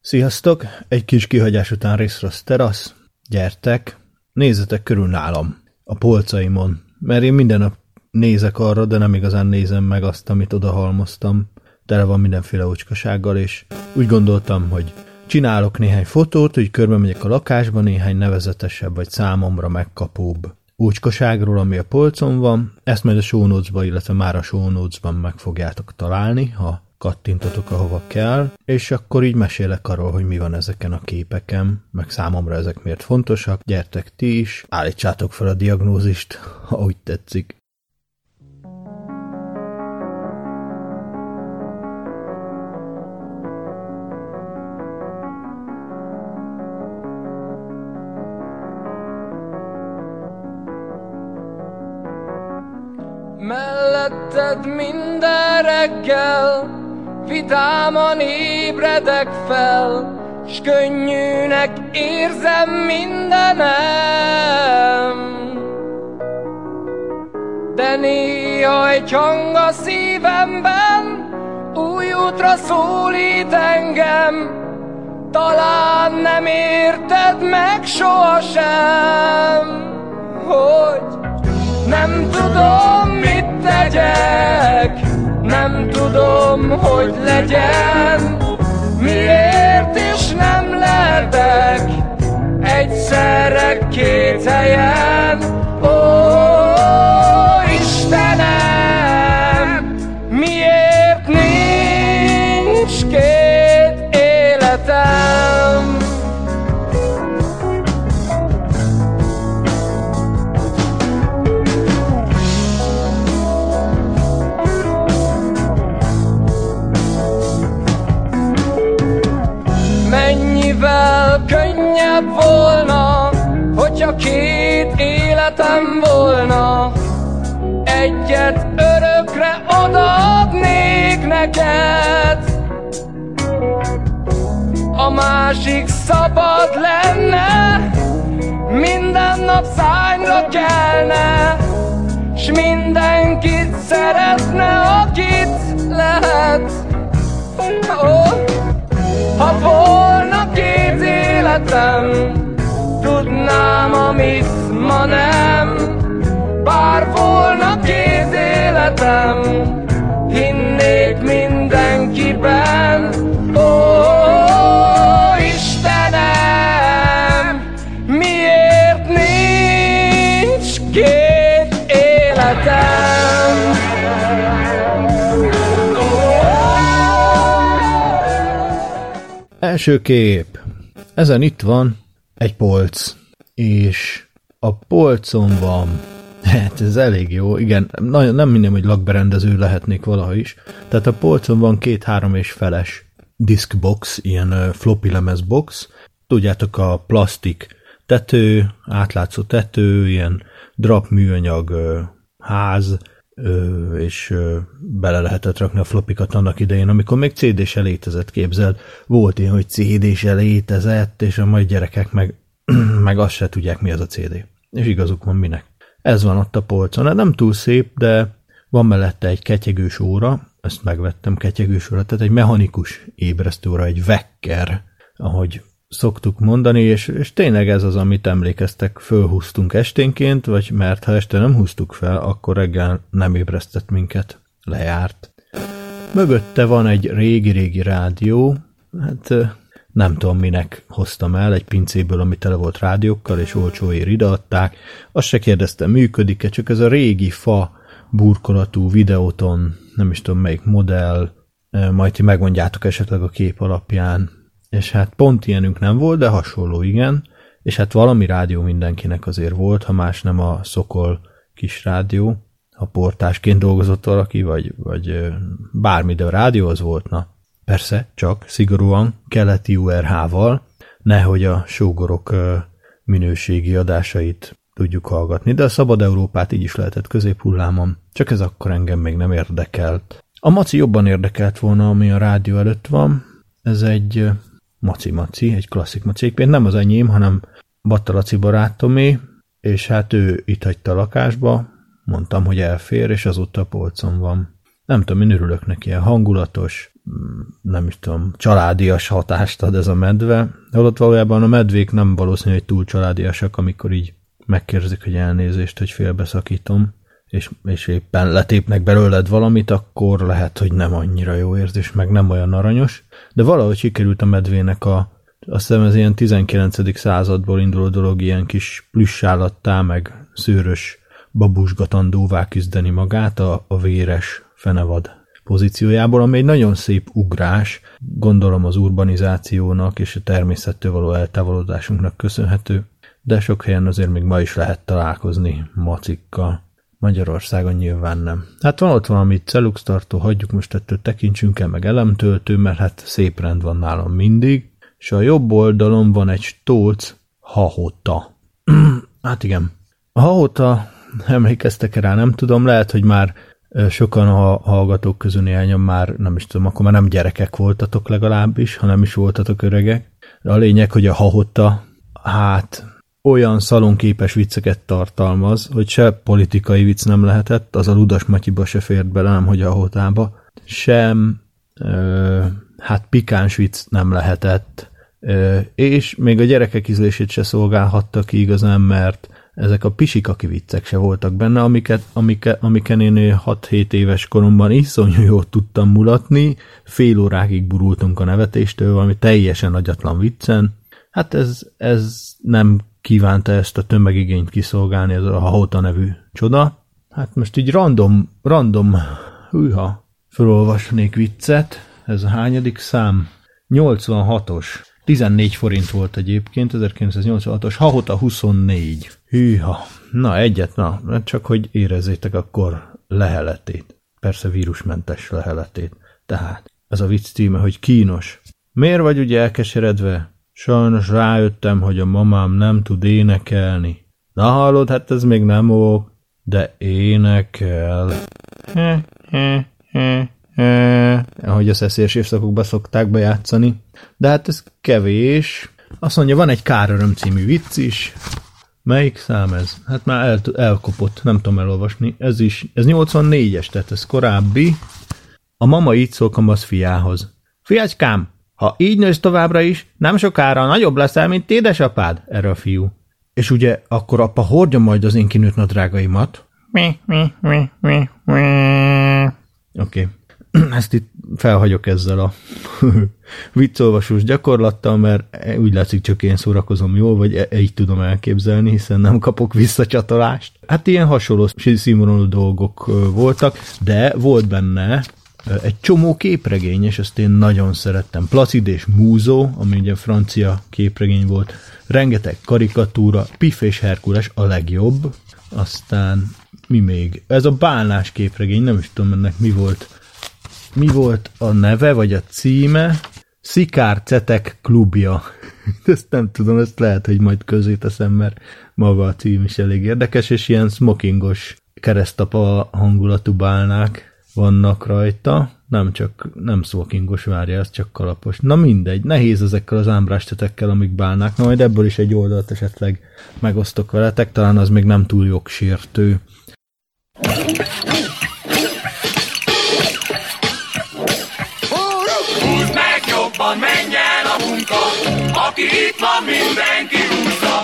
Sziasztok! Egy kis kihagyás után részrossz terasz. Gyertek, nézzetek körül nálam, a polcaimon, mert én minden nap nézek arra, de nem igazán nézem meg azt, amit odahalmoztam. Tele van mindenféle ócskasággal, és úgy gondoltam, hogy csinálok néhány fotót, hogy körbe megyek a lakásba néhány nevezetesebb vagy számomra megkapóbb ócskaságról, ami a polcon van. Ezt majd a show notes-ba, illetve már a show notes-ban meg fogjátok találni, ha kattintotok ahova kell, és akkor így mesélek arról, hogy mi van ezeken a képeken, meg számomra ezek miért fontosak. Gyertek ti is, állítsátok fel a diagnózist, ha úgy tetszik. Melletted minden reggel vidáman ébredek fel, s könnyűnek érzem mindenem. De néha egy hang a szívemben új útra szólít engem, talán nem érted meg sohasem, hogy nem tudom, mit tegyek, nem tudom, hogy legyen, miért is nem lehetek egyszerre két helyen. Ó, Istenem, miért nincs két életem? Mennyivel könnyebb volna, hogyha két életem volna, egyet örökre odaadnék neked, a másik szabad lenne, minden nap szányra kelne, s mindenkit szeretne, akit lehet. Ha volna két életem, tudnám, amit ma nem. Bár volna két életem, hinnék mindenkiben. Ó, Istenem, miért nincs két életem? Első kép. Ezen itt van egy polc, és a polcon van, hát ez elég jó, igen, nem minden, hogy lakberendező lehetnék valaha is, tehát a polcon van 2-3 és feles diskbox, ilyen floppy lemez box, tudjátok, a plastik tető, átlátszó tető, ilyen drap műanyag ház, és bele lehetett rakni a flopikat annak idején, amikor még CD-se létezett, képzeld. Volt ilyen, hogy CD-se létezett, és a mai gyerekek meg azt se tudják, mi az a CD. És igazuk van, minek. Ez van ott a polcon. Nem túl szép, de van mellette egy ketyegős óra, ezt megvettem, ketyegős óra, tehát egy mechanikus ébresztőóra, egy wecker, ahogy szoktuk mondani, és tényleg ez az, amit emlékeztek, fölhúztunk esténként, vagy mert ha este nem húztuk fel, akkor reggel nem ébresztett minket, lejárt. Mögötte van egy régi-régi rádió, hát nem tudom minek hoztam el, egy pincéből, ami tele volt rádiókkal, és olcsóért ideadták. Azt se kérdeztem, működik-e, csak ez a régi fa burkolatú videóton, nem is tudom melyik modell, majd ti megmondjátok esetleg a kép alapján. És hát pont ilyenünk nem volt, de hasonló igen, és hát valami rádió mindenkinek azért volt, ha más nem a Szokol kis rádió, ha portásként dolgozott valaki, vagy bármi, de a rádió az volt, na. Persze, csak szigorúan keleti URH-val, nehogy a sógorok minőségi adásait tudjuk hallgatni, de a Szabad Európát így is lehetett középhullámon, csak ez akkor engem még nem érdekelt. A maci jobban érdekelt volna, ami a rádió előtt van, ez egy maci, egy klasszik maci. Egyébként nem az enyém, hanem Batta Laci barátomé, és hát ő itt hagyta a lakásba, mondtam, hogy elfér, és azóta a polcon van. Nem tudom, én örülök neki, ilyen hangulatos, nem is tudom, családias hatást ad ez a medve. Holott valójában a medvék nem valószínű, hogy túl családiasak, amikor így megkérdezik, hogy elnézést, hogy félbeszakítom, és éppen letépnek belőled valamit, akkor lehet, hogy nem annyira jó érzés, meg nem olyan aranyos. De valahogy sikerült a medvének azt hiszem ez ilyen 19. századból induló dolog, ilyen kis plüssállattá, meg szőrös babusgatandóvá küzdeni magát a véres fenevad pozíciójából, ami egy nagyon szép ugrás, gondolom az urbanizációnak és a természettől való eltávolodásunknak köszönhető, de sok helyen azért még ma is lehet találkozni macikkal. Magyarországon nyilván nem. Hát van ott valami celluxtartó, hagyjuk most ettől, tekintsünk el, meg elemtöltő, mert hát szép rend van nálam mindig, és a jobb oldalon van egy stóc hahota. Hát igen. A hahota, emlékeztek rá, nem tudom, lehet, hogy már sokan a hallgatók közül néhányan már, nem is tudom, akkor már nem gyerekek voltatok legalábbis, hanem is voltatok öregek. De a lényeg, hogy a hahota, hát olyan szalonképes vicceket tartalmaz, hogy se politikai vicc nem lehetett, az a Ludas Matyiba se fért bele, nem hogy a hahotába, sem hát pikáns vicc nem lehetett, és még a gyerekek ízlését se szolgálhatta ki igazán, mert ezek a pisikaki viccek se voltak benne, amiken én 6-7 éves koromban iszonyú jól tudtam mulatni, fél órákig burultunk a nevetéstől, valami teljesen agyatlan viccen. Hát ez nem kívánta ezt a tömegigényt kiszolgálni, ez a Hahota nevű csoda. Hát most így random felolvasnék viccet. Ez a hányadik szám? 86-os. 14 forint volt egyébként, 1986-os. Hahota 24. Hűha. Na, csak hogy érezzétek akkor leheletét. Persze vírusmentes leheletét. Tehát ez a vicc címe, hogy kínos. Miért vagy ugye elkeseredve? Sajnos rájöttem, hogy a mamám nem tud énekelni. Na hallod, hát ez még nem ok, de énekel. Ahogy a szeszélyes évszakokban szokták bejátszani. De hát ez kevés. Azt mondja, van egy Káröröm című vicc is. Melyik szám ez? Hát már elkopott, nem tudom elolvasni. Ez 84-es, tehát ez korábbi. A mama így szól kamasz fiához. Fiacskám, ha így nősz továbbra is, nem sokára nagyobb leszel, mint édesapád, erre a fiú. És ugye akkor apa hordja majd az én kinőtt nadrágaimat. Oké. Ezt itt felhagyok ezzel a viccolvasós gyakorlattal, mert úgy látszik, csak én szórakozom jól, vagy így tudom elképzelni, hiszen nem kapok visszacsatolást. Hát ilyen hasonló színvonalú dolgok voltak, de volt benne egy csomó képregény, és ezt én nagyon szerettem. Placid és Múzó, ami ugye francia képregény volt, rengeteg karikatúra, Piff és Herkules a legjobb, aztán mi még? Ez a bálnás képregény, nem is tudom ennek mi volt a neve, vagy a címe? Szikárcetek klubja. Ezt nem tudom, ezt lehet, hogy majd közé teszem, mert maga a cím is elég érdekes, és ilyen smokingos keresztapa hangulatú bálnák vannak rajta. Nem smokingos, várja, ez csak kalapos. Na mindegy, nehéz ezekkel az ámbrástetekkel, amik bálnák. Na majd ebből is egy oldalt esetleg megosztok veletek, talán az még nem túl jogsértő. Húzd meg jobban, menj el a munka, aki itt van, mindenki húzza.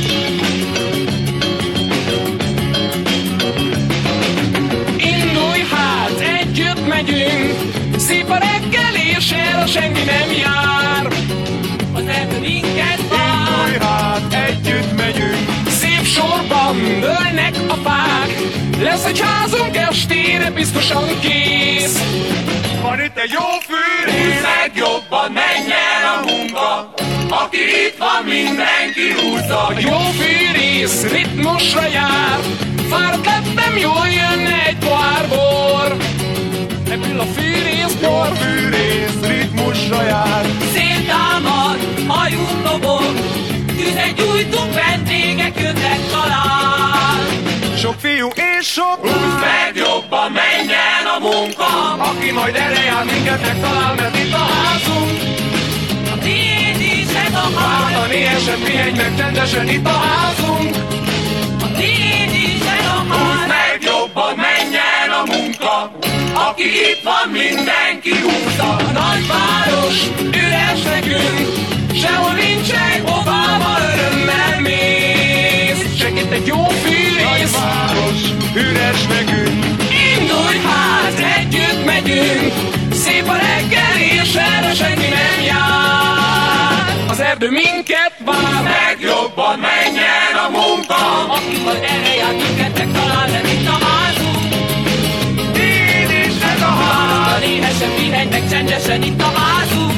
Indulj hát, együtt megyünk, szép a reggelés, erre senki nem jár. Az erdő minket vár. Indulj hát, együtt megyünk, szép sorban dőlnek a fák. Lesz egy házunk estére, biztosan kész. Van itt egy jó fűrész. Húzd meg jobban, menj el a munka, aki itt van, mindenki húzza. A jó fűrész ritmusra jár, fáradt lettem, jól jönne egy pohár bor. Ebből a fűrészbor. Jó fűrész ritmusra jár. Szél támad, hajunk lobog, tüzet gyújtunk, vendégek jönnek talán. Sok fiú és sok lány. Húzd meg jobban, menj el a munka, aki majd elejár minket megtalál, mert itt a házunk. A tiéd is ez a ház. Vártani eset, pihenj meg csendesen, itt a házunk. A tiéd is ez a ház. Húzd meg jobban, menj el a munka, Aki itt van, mindenki húzza. A nagyváros üres nekünk, sehol nincsen Obama, örömmel mész. Segít egy jó fűrész. Nagyváros üres nekünk. Indulj hát, együtt megyünk, szép a reggel és erre senki nem jár. Az erdő minket vár, meg jobban menjen a munka. Aki majd erre jár, minket talán nem itt a házunk. Én is ez a ház. Éhesen, pihenj meg csendesen itt a házunk.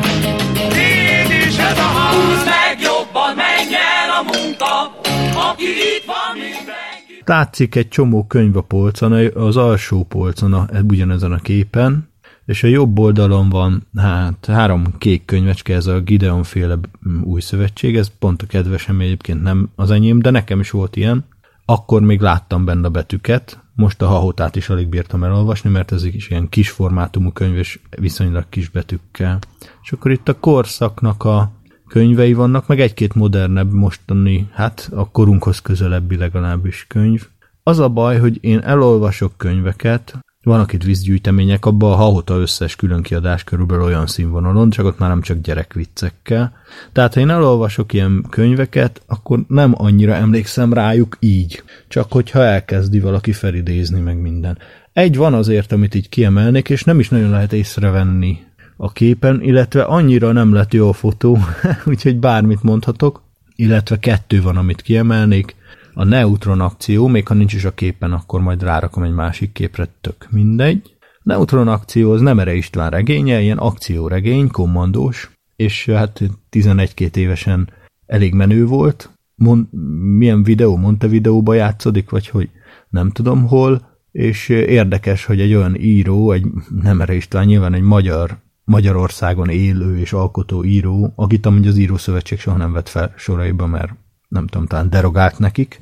Én is ez a ház. Húzd meg jobban, menjen a munka. Aki itt van, mindenki. Látszik egy csomó könyv a polcon, az alsó polcon, ugyanezen a képen, és a jobb oldalon van 3 kék könyvecske, ez a Gideon féle új szövetség, ez pont a kedvesem, egyébként nem az enyém, de nekem is volt ilyen. Akkor még láttam benne a betűket, most a Hahotát is alig bírtam elolvasni, mert ez is ilyen kis formátumú könyv, és viszonylag kis betűkkel. És akkor itt a korszaknak a könyvei vannak, meg egy-két modernebb mostani, hát a korunkhoz közelebbi legalábbis könyv. Az a baj, hogy én elolvasok könyveket, vannak itt vízgyűjtemények, abban a Hahota összes különkiadás körülbelül olyan színvonalon, csak ott már nem csak gyerekviccekkel. Tehát ha én elolvasok ilyen könyveket, akkor nem annyira emlékszem rájuk így, csak hogyha elkezdi valaki felidézni meg minden. Egy van azért, amit így kiemelnék, és nem is nagyon lehet észrevenni a képen, illetve annyira nem lett jó a fotó, úgyhogy bármit mondhatok, illetve 2 van, amit kiemelnék. A Neutron akció, még ha nincs is a képen, akkor majd rárakom egy másik képre, tök mindegy. Neutron akció az Nemere István regénye, ilyen akcióregény, kommandós, és hát 11-2 évesen elég menő volt. Milyen videó? Montevideóba játszódik, vagy hogy nem tudom hol, és érdekes, hogy egy olyan író, egy Nemere István nyilván egy Magyarországon élő és alkotó író, akit amúgy az Írószövetség soha nem vett fel soraiba, mert nem tudom, talán derogált nekik.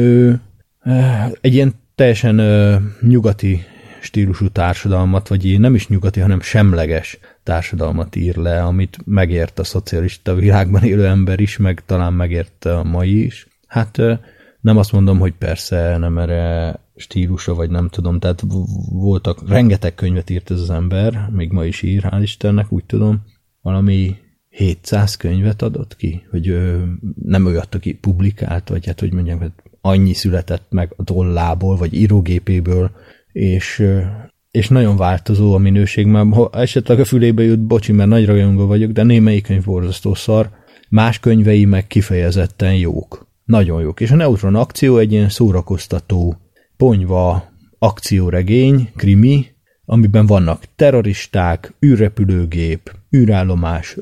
Egy ilyen teljesen nyugati stílusú társadalmat, vagy nem is nyugati, hanem semleges társadalmat ír le, amit megért a szocialista világban élő ember is, meg talán megért a mai is. Hát nem azt mondom, hogy persze nem erre stílusa, vagy nem tudom, tehát voltak, rengeteg könyvet írt ez az ember, még ma is ír, hál' Istennek, úgy tudom, valami 700 könyvet adott ki, hogy nem olyat, aki publikált, vagy hát, hogy mondjam, hogy annyi született meg a tollából, vagy írógépéből, és nagyon változó a minőség, már ha esetleg a fülébe jut, bocsi, mert nagy rajongó vagyok, de némelyik könyv borzasztó szar, más könyvei meg kifejezetten jók. Nagyon jók. És a Neutron akció egy ilyen szórakoztató, ponyva akcióregény, krimi, amiben terroristák, űrrepülőgép, űrállomás,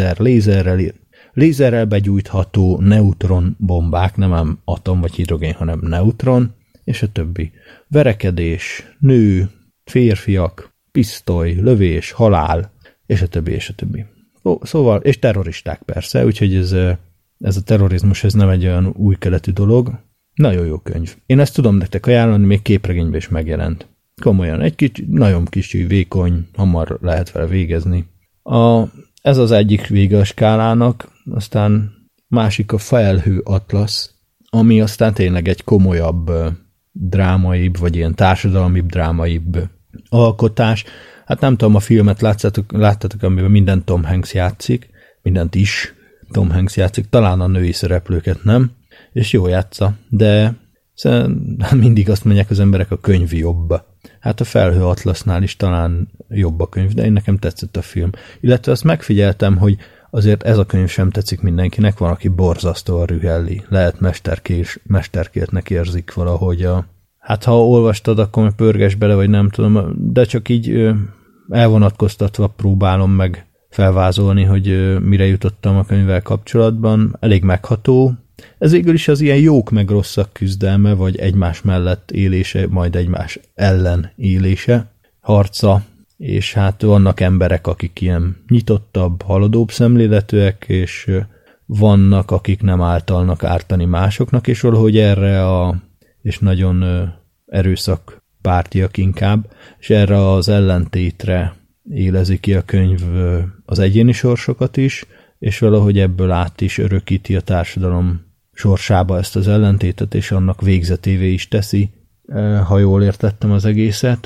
lézerrel begyújtható neutronbombák, nem ám atom vagy hidrogén, hanem neutron, és a többi. Verekedés, nő, férfiak, pisztoly, lövés, halál, és a többi, és a többi. Szóval, és terroristák persze, úgyhogy ez a terrorizmus, ez nem egy olyan új keletű dolog. Nagyon jó könyv. Én ezt tudom nektek ajánlani, még képregényben is megjelent. Komolyan, nagyon kicsi, vékony, hamar lehet vele végezni. Ez az egyik vége a skálának, aztán másik a Felhő Atlasz, ami aztán tényleg egy komolyabb, drámaibb, vagy ilyen társadalmibb, drámaibb alkotás. Hát nem tudom, a filmet láttatok, amiben minden Tom Hanks játszik, mindent is Tom Hanks játszik, talán a női szereplőket nem, és jó játsza, de mindig azt mondják az emberek, a könyv jobb. Hát a Felhő Atlasznál is talán jobb a könyv, de én nekem tetszett a film. Illetve azt megfigyeltem, hogy azért ez a könyv sem tetszik mindenkinek, van, aki borzasztóan rühelli. Lehet mesterkéltnek érzik valahogy. Hát ha olvastad, akkor pörges bele, vagy nem tudom, de csak így elvonatkoztatva próbálom meg felvázolni, hogy mire jutottam a könyvvel kapcsolatban. Elég megható. Ez végül is az ilyen jók meg rosszak küzdelme, vagy egymás mellett élése, majd egymás ellen élése, harca, és hát vannak emberek, akik ilyen nyitottabb, haladóbb szemléletűek, és vannak, akik nem általnak ártani másoknak, és valahogy erre és nagyon erőszakpártiak inkább, és erre az ellentétre élezi ki a könyv az egyéni sorsokat is, és valahogy ebből át is örökíti a társadalom sorsába ezt az ellentétet, és annak végzetévé is teszi, ha jól értettem az egészet.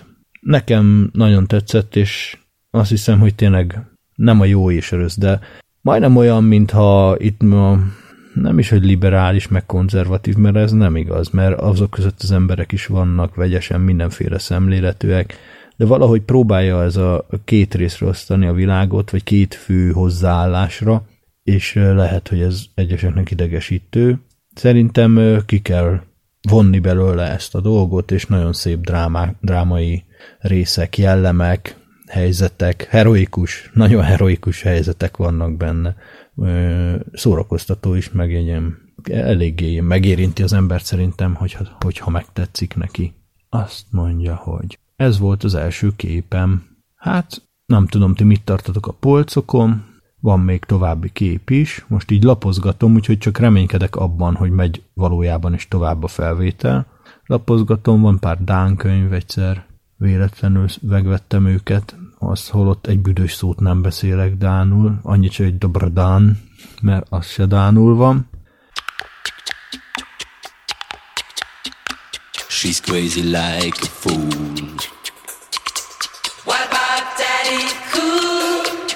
nekem nagyon tetszett, és azt hiszem, hogy tényleg nem a jó és a rossz, de majdnem olyan, mintha itt nem is, hogy liberális, meg konzervatív, mert ez nem igaz, mert azok között az emberek is vannak vegyesen mindenféle szemléletűek, de valahogy próbálja ez a két részre osztani a világot, vagy két fő hozzáállásra, és lehet, hogy ez egyeseknek idegesítő. Szerintem ki kell vonni belőle ezt a dolgot, és nagyon szép drámai részek, jellemek, helyzetek, nagyon heroikus helyzetek vannak benne. Szórakoztató is, eléggé megérinti az embert szerintem, hogyha megtetszik neki. Azt mondja, hogy ez volt az első képem. Hát nem tudom, ti mit tartotok a polcokon, van még további kép is, most így lapozgatom, úgyhogy csak reménykedek abban, hogy megy valójában is tovább a felvétel. Lapozgatom, van pár dán könyv, egyszer véletlenül megvettem őket, azt holott egy büdös szót nem beszélek dánul, annyit csak egy dobradán, mert az se dánul van. She's crazy like a fool. What about Daddy Cool?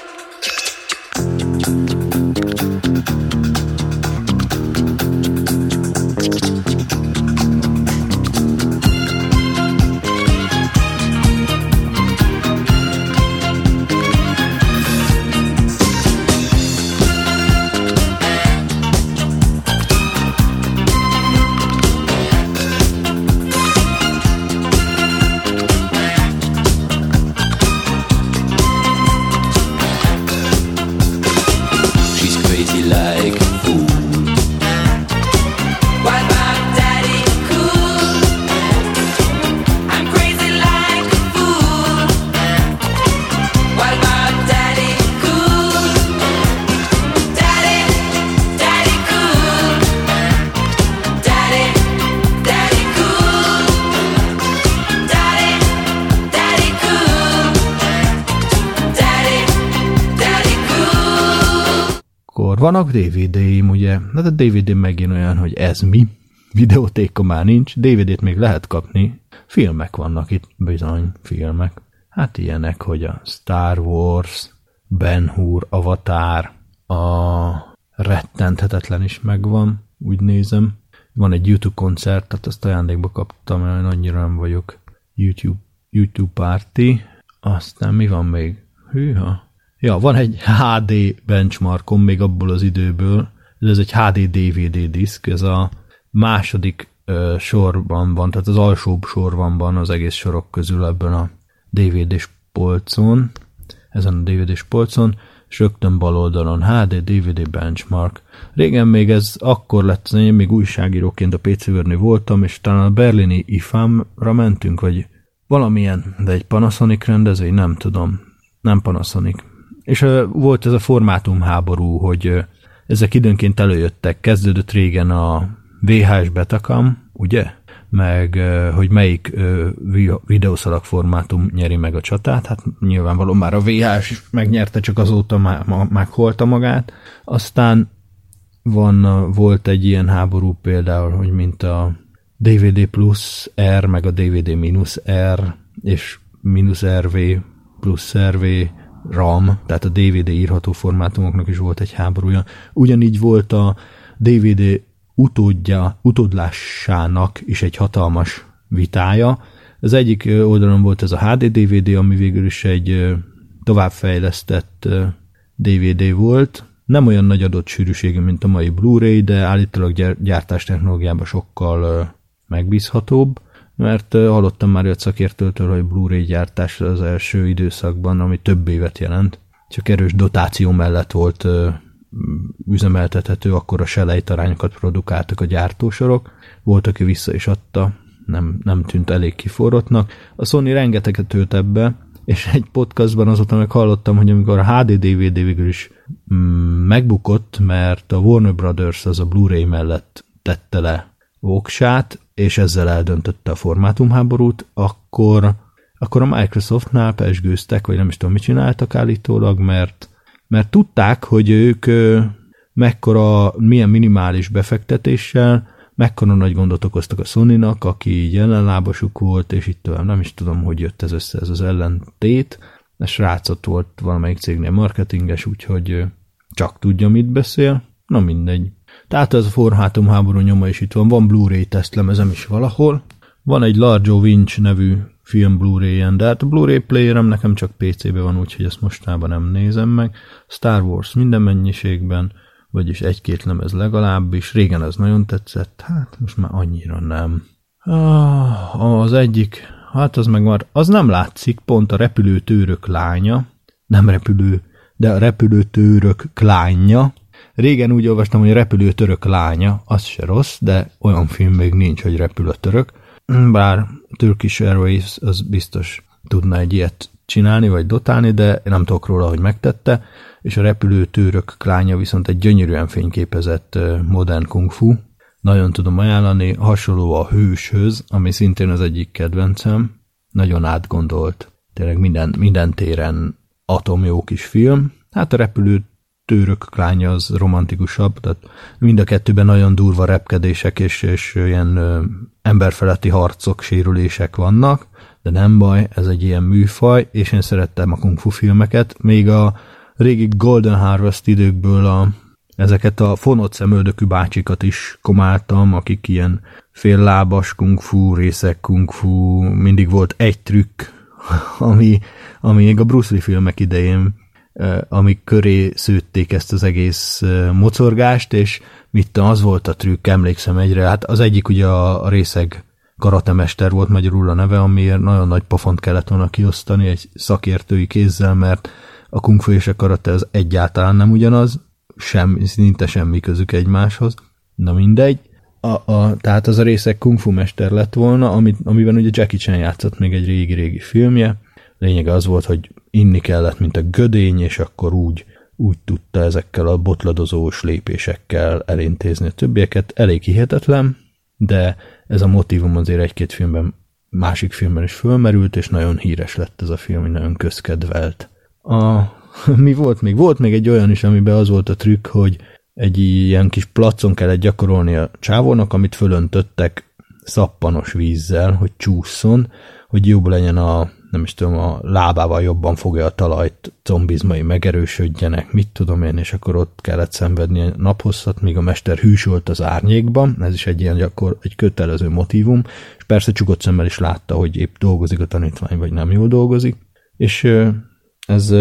Vannak DVD-im, ugye? Hát a DVD megint olyan, hogy ez mi? Videótéka már nincs, DVD-t még lehet kapni. Filmek vannak itt, bizony, filmek. Hát ilyenek, hogy a Star Wars, Ben-Hur, Avatar, a Rettenthetetlen is megvan, úgy nézem. Van egy YouTube koncert, tehát azt ajándékba kaptam, mert annyira nem vagyok YouTube party. Aztán mi van még? Hűha! Ja, van egy HD benchmarkom még abból az időből, ez egy HD DVD diszk, ez a második sorban van, tehát az alsóbb sorban van az egész sorok közül ebben a DVD-s polcon, ezen a DVD-s polcon, és rögtön bal oldalon HD DVD benchmark. Régen még ez akkor lett, én még újságíróként a PC-vörnél voltam, és talán a berlini IFAM-ra mentünk, vagy valamilyen, de egy Panasonic rendezvény, nem tudom, nem Panasonic. És volt ez a formátumháború, hogy ezek időnként előjöttek. Kezdődött régen a VHS Betacam, ugye? Meg hogy melyik videószalag formátum nyeri meg a csatát. Hát nyilvánvalóan már a VHS megnyerte, csak azóta megholta magát. Aztán volt egy ilyen háború például, hogy mint a DVD plus R, meg a DVD minus R, és minus RV plusz RV RAM, tehát a DVD írható formátumoknak is volt egy háborúja. Ugyanígy volt a DVD utódlásának is egy hatalmas vitája. Az egyik oldalon volt ez a HD DVD, ami végül is egy továbbfejlesztett DVD volt. Nem olyan nagy adott sűrűségű, mint a mai Blu-ray, de állítólag gyártás technológiában sokkal megbízhatóbb, mert hallottam már a szakértőtől, hogy Blu-ray gyártás az első időszakban, ami több évet jelent, csak erős dotáció mellett volt üzemeltethető, akkor a selejtarányokat produkáltak a gyártósorok. Volt, aki vissza is adta, nem tűnt elég kiforrottnak. A Sony rengeteget tölt ebbe, és egy podcastban azóta meg hallottam, hogy amikor a HD DVD végül is megbukott, mert a Warner Brothers az a Blu-ray mellett tette le voksát, és ezzel eldöntötte a formátumháborút, akkor a Microsoftnál pezsgőztek, vagy nem is tudom, mit csináltak állítólag, mert tudták, hogy ők milyen minimális befektetéssel mekkora nagy gondot okoztak a Sony-nak, aki így ellenlábasuk volt, és itt tovább nem is tudom, hogy jött ez össze, ez az ellentét. A srácot volt valamelyik cégnél marketinges, úgyhogy csak tudja, mit beszél. Na mindegy. Tehát ez a formátum háború nyoma is itt van Blu-ray tesztlemezem is valahol. Van egy Largo Winch nevű film Blu-ray-en, de hát a Blu-ray playerem nekem csak PC-ben van, úgyhogy ezt mostában nem nézem meg. Star Wars minden mennyiségben, vagyis 1-2 lemez legalábbis. Régen az nagyon tetszett, hát most már annyira nem. Az egyik, hát az meg már, az nem látszik, pont a repülőtőrök lánya, nem repülő, de a repülőtőrök klánja. Régen úgy olvastam, hogy a repülőtörök lánya, az se rossz, de olyan film még nincs, hogy repül a török. Bár Turkish Airways az biztos tudna egy ilyet csinálni, vagy dotálni, de nem tudok róla, hogy megtette, és a repülőtőrök klánja viszont egy gyönyörűen fényképezett modern kung fu. Nagyon tudom ajánlani, hasonló a Hőshöz, ami szintén az egyik kedvencem. Nagyon átgondolt, tényleg minden téren atomjó kis film. Hát a repülőtőrök klánja az romantikusabb, tehát mind a kettőben nagyon durva repkedések és ilyen emberfeletti harcok, sérülések vannak, de nem baj, ez egy ilyen műfaj, és én szerettem a kung fu filmeket, még a régi Golden Harvest időkből ezeket a fonott szemöldökű bácsikat is komáltam, akik ilyen féllábas kung fu, részek kung fu, mindig volt egy trükk, ami még a Bruce Lee filmek idején, amik köré szőtték ezt az egész mocorgást, és az volt a trükk, emlékszem egyre, hát az egyik ugye a részeg karatemester volt magyarul a neve, amiért nagyon nagy pofont kellett volna kiosztani egy szakértői kézzel, mert a kung fu és a karate az egyáltalán nem ugyanaz, szinte semmi közük egymáshoz. Na mindegy. Tehát az a részeg kung fu mester lett volna, amiben ugye Jackie Chan játszott még egy régi-régi filmje. Lényege az volt, hogy inni kellett, mint a gödény, és akkor úgy tudta ezekkel a botladozós lépésekkel elintézni a többieket. Elég hihetetlen, de ez a motívum azért 1-2 filmben, másik filmben is fölmerült, és nagyon híres lett ez a film, nagyon közkedvelt. Mi volt még? Volt még egy olyan is, amiben az volt a trükk, hogy egy ilyen kis placon kellett gyakorolni a csávónak, amit fölöntöttek szappanos vízzel, hogy csúszson, hogy jobb legyen a lábával jobban fogja a talajt, combizmai megerősödjenek, mit tudom én, és akkor ott kellett szenvedni a naphosszat, míg a mester hűsölt az árnyékban, ez is egy ilyen egy kötelező motívum, és persze csukott szemmel is látta, hogy épp dolgozik a tanítvány, vagy nem jól dolgozik, és ez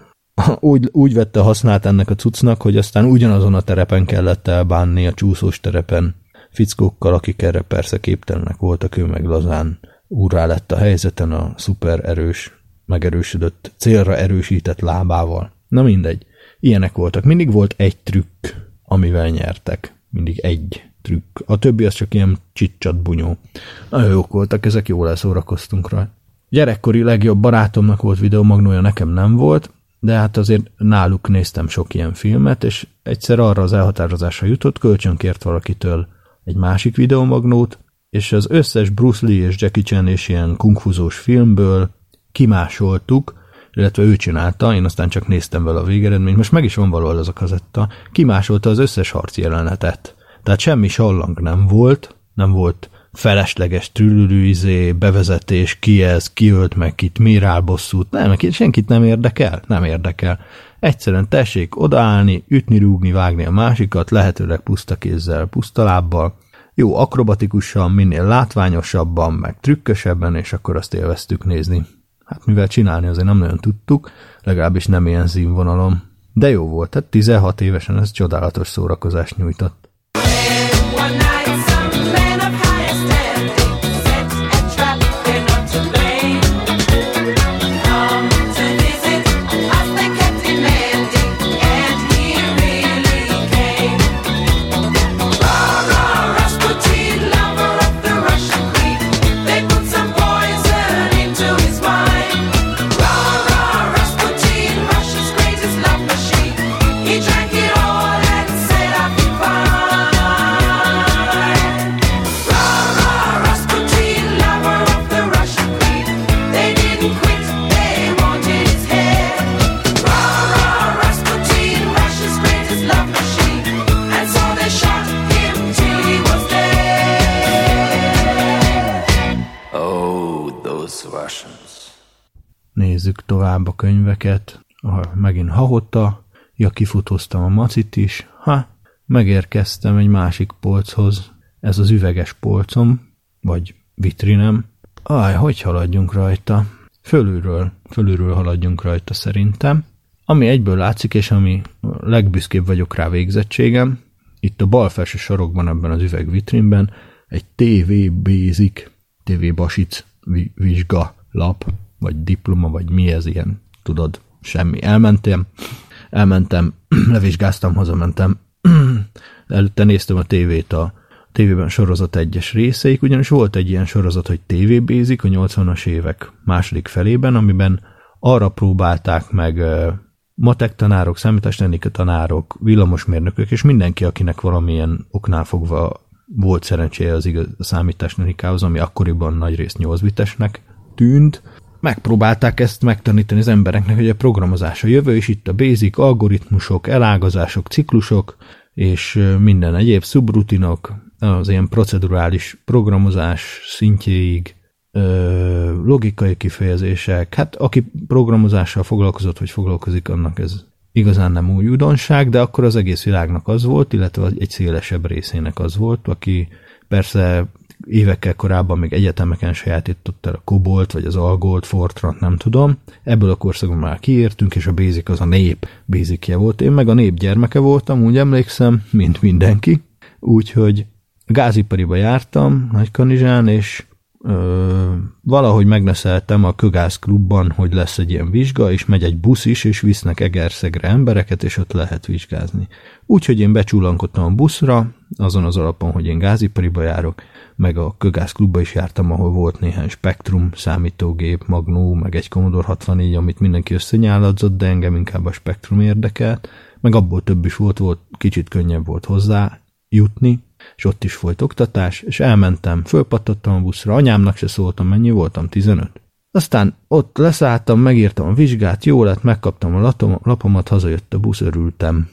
úgy vette hasznát ennek a cuccnak, hogy aztán ugyanazon a terepen kellett elbánni, a csúszós terepen fickókkal, akik erre persze képtelenek voltak, ő meg lazán úrrá lett a helyzeten a szuper erős, megerősödött, célra erősített lábával. Na mindegy, ilyenek voltak. Mindig volt egy trükk, amivel nyertek. Mindig egy trükk. A többi az csak ilyen csicsat bunyó. Nagyon jók voltak, ezek jól elszórakoztunk rá. Gyerekkori legjobb barátomnak volt videómagnója, nekem nem volt, de hát azért náluk néztem sok ilyen filmet, és egyszer arra az elhatározásra jutott, kölcsönkért valakitől egy másik videómagnót, és az összes Bruce Lee és Jackie Chan és ilyen kungfuzós filmből kimásoltuk, illetve ő csinálta, én aztán csak néztem vele a végeredményt, most meg is van valahol az a kazetta, kimásolta az összes harci jelenetet. Tehát semmi sallang nem volt felesleges trülülű, bevezetés, ki ez, ki ölt meg kit, miért áll bosszút, nem, senkit nem érdekel. Egyszerűen tessék odaállni, ütni, rúgni, vágni a másikat, lehetőleg puszta kézzel, puszta lábbal, jó akrobatikusan, minél látványosabban, meg trükkösebben, és akkor azt élveztük nézni. Hát mivel csinálni azért nem nagyon tudtuk, legalábbis nem ilyen színvonalon. De jó volt, tehát 16 évesen ez csodálatos szórakozást nyújtott. He drank it all and said I'd be fine. nézzük tovább a könyveket. Megint Hahota, kifotóztam a macit is. Megérkeztem egy másik polchoz. Ez az üveges polcom, vagy vitrinem. Hogy haladjunk rajta? Fölülről haladjunk rajta szerintem. Ami egyből látszik, és ami legbüszkébb vagyok rá végzettségem, itt a bal felső sarokban ebben az üvegvitrínben egy TV Basic, TV Basic vizsga lap, vagy diploma, vagy mi ez ilyen, tudod, semmi. Elmentem, levizsgáztam, hazamentem, előtte néztem a tévét, a tévében sorozat egyes részeik, ugyanis volt egy ilyen sorozat, hogy TV Basic a 80-as évek második felében, amiben arra próbálták meg matek tanárok, számítástechnika tanárok, villamosmérnökök, és mindenki, akinek valamilyen oknál fogva volt szerencséje az a számítástechnikához, ami akkoriban nagyrészt 8 bitesnek tűnt, megpróbálták ezt megtanítani az embereknek, hogy a programozás a jövő, és itt a basic, algoritmusok, elágazások, ciklusok, és minden egyéb szubrutinok, az ilyen procedurális programozás szintjéig, logikai kifejezések, hát aki programozással foglalkozott, vagy foglalkozik, annak ez igazán nem új újdonság, de akkor az egész világnak az volt, illetve egy szélesebb részének az volt, aki persze évekkel korábban még egyetemeken sajátított el a Cobolt, vagy az Algolt, Fortran, nem tudom. Ebből a korszakban már kiértünk, és a Basic az a nép basicje volt. Én meg a nép gyermeke voltam, úgy emlékszem, mint mindenki. Úgyhogy a gázipariba jártam Nagykanizsán, és valahogy megneszeltem a Kögász klubban, hogy lesz egy ilyen vizsga, és megy egy busz is, és visznek Egerszegre embereket, és ott lehet vizsgázni. Úgyhogy én becsúlankodtam a buszra, azon az alapon, hogy én gázipariba járok, meg a Kögász klubba is jártam, ahol volt néhány Spectrum számítógép, Magnó, meg egy Commodore 64, amit mindenki összenyáladzott, de engem inkább a Spectrum érdekelt, meg abból több is volt, kicsit könnyebb volt hozzá jutni, és ott is folyt oktatás, és elmentem, fölpattattam a buszra, anyámnak se szóltam, mennyi voltam, 15. Aztán ott leszálltam, megírtam a vizsgát, jó lett, megkaptam a lapomat, hazajött a busz, örültem.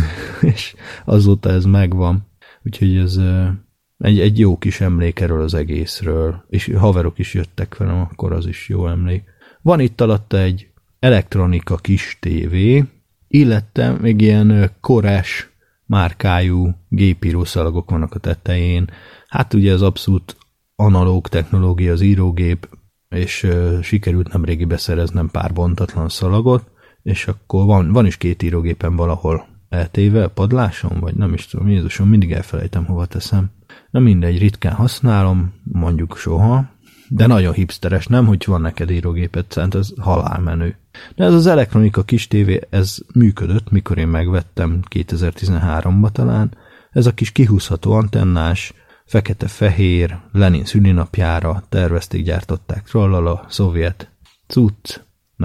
És azóta ez megvan. Úgyhogy ez egy jó kis emlék erről az egészről, és haverok is jöttek velem, akkor az is jó emlék. Van itt alatta egy elektronika kis tévé, illetve még ilyen Kores márkájú gépírószalagok vannak a tetején. Hát ugye az abszolút analóg technológia, az írógép, és sikerült nemrégi beszereznem pár bontatlan szalagot, és akkor van is 2 írógépen valahol eltéve a padláson, vagy nem is tudom, Jézusom, mindig elfelejtem, hova teszem. Na mindegy, ritkán használom, mondjuk soha, de nagyon hipsteres, nem, hogy van neked írógéped, szerint ez halálmenő. De ez az elektronika kis tévé, ez működött, mikor én megvettem 2013-ban talán. Ez a kis kihúzható antennás, fekete-fehér, Lenin szülinapjára tervezték, gyártották, trallala, szovjet cucc,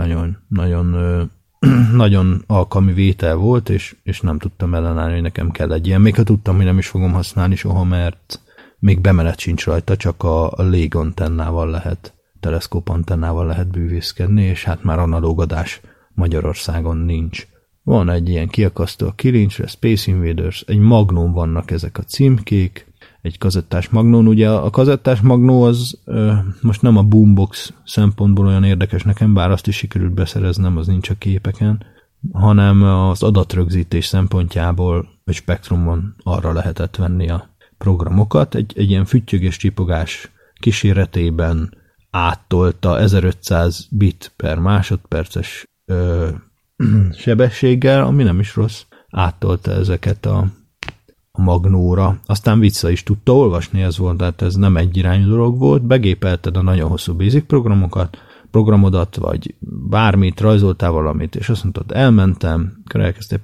nagyon alkalmi vétel volt, és nem tudtam ellenállni, hogy nekem kell egy ilyen. Még ha tudtam, hogy nem is fogom használni soha, mert még bemenet sincs rajta, csak a légantennával lehet, teleszkóp antennával lehet bűvészkedni, és hát már analóg adás Magyarországon nincs. Van egy ilyen kiakasztó a kilincsre, Space Invaders, egy Magnón vannak ezek a címkék, egy kazettás Magnón. Ugye a kazettás Magnó az most nem a boombox szempontból olyan érdekes nekem, bár azt is sikerült beszereznem, az nincs a képeken, hanem az adatrögzítés szempontjából, vagy Spectrumon arra lehetett venni a programokat. Egy ilyen füttyögés csipogás kíséretében áttolta 1500 bit per másodperces sebességgel, ami nem is rossz, áttolta ezeket a Magnóra. Aztán vissza is tudta olvasni, ez volt, tehát ez nem egy irányú dolog volt, begépelted a nagyon hosszú basic programodat, vagy bármit, rajzoltál valamit, és azt mondtad, elmentem, akkor elkezdte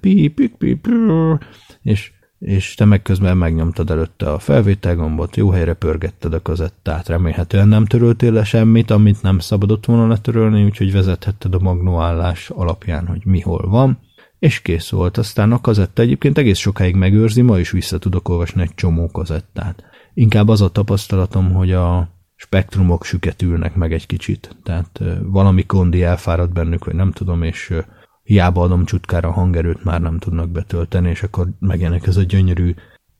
és te meg közben megnyomtad előtte a felvételgombot, jó helyre pörgetted a kazettát, remélhetően nem töröltél le semmit, amit nem szabadott volna letörölni, úgyhogy vezethetted a magnóállás alapján, hogy mi hol van, és kész volt. Aztán a kazetta egyébként egész sokáig megőrzi, ma is vissza tudok olvasni egy csomó kazettát. Inkább az a tapasztalatom, hogy a spektrumok süketülnek meg egy kicsit, tehát valami kondi elfárad bennük, vagy nem tudom, és hiába adom csutkára a hangerőt, már nem tudnak betölteni, és akkor megjelenik ez a gyönyörű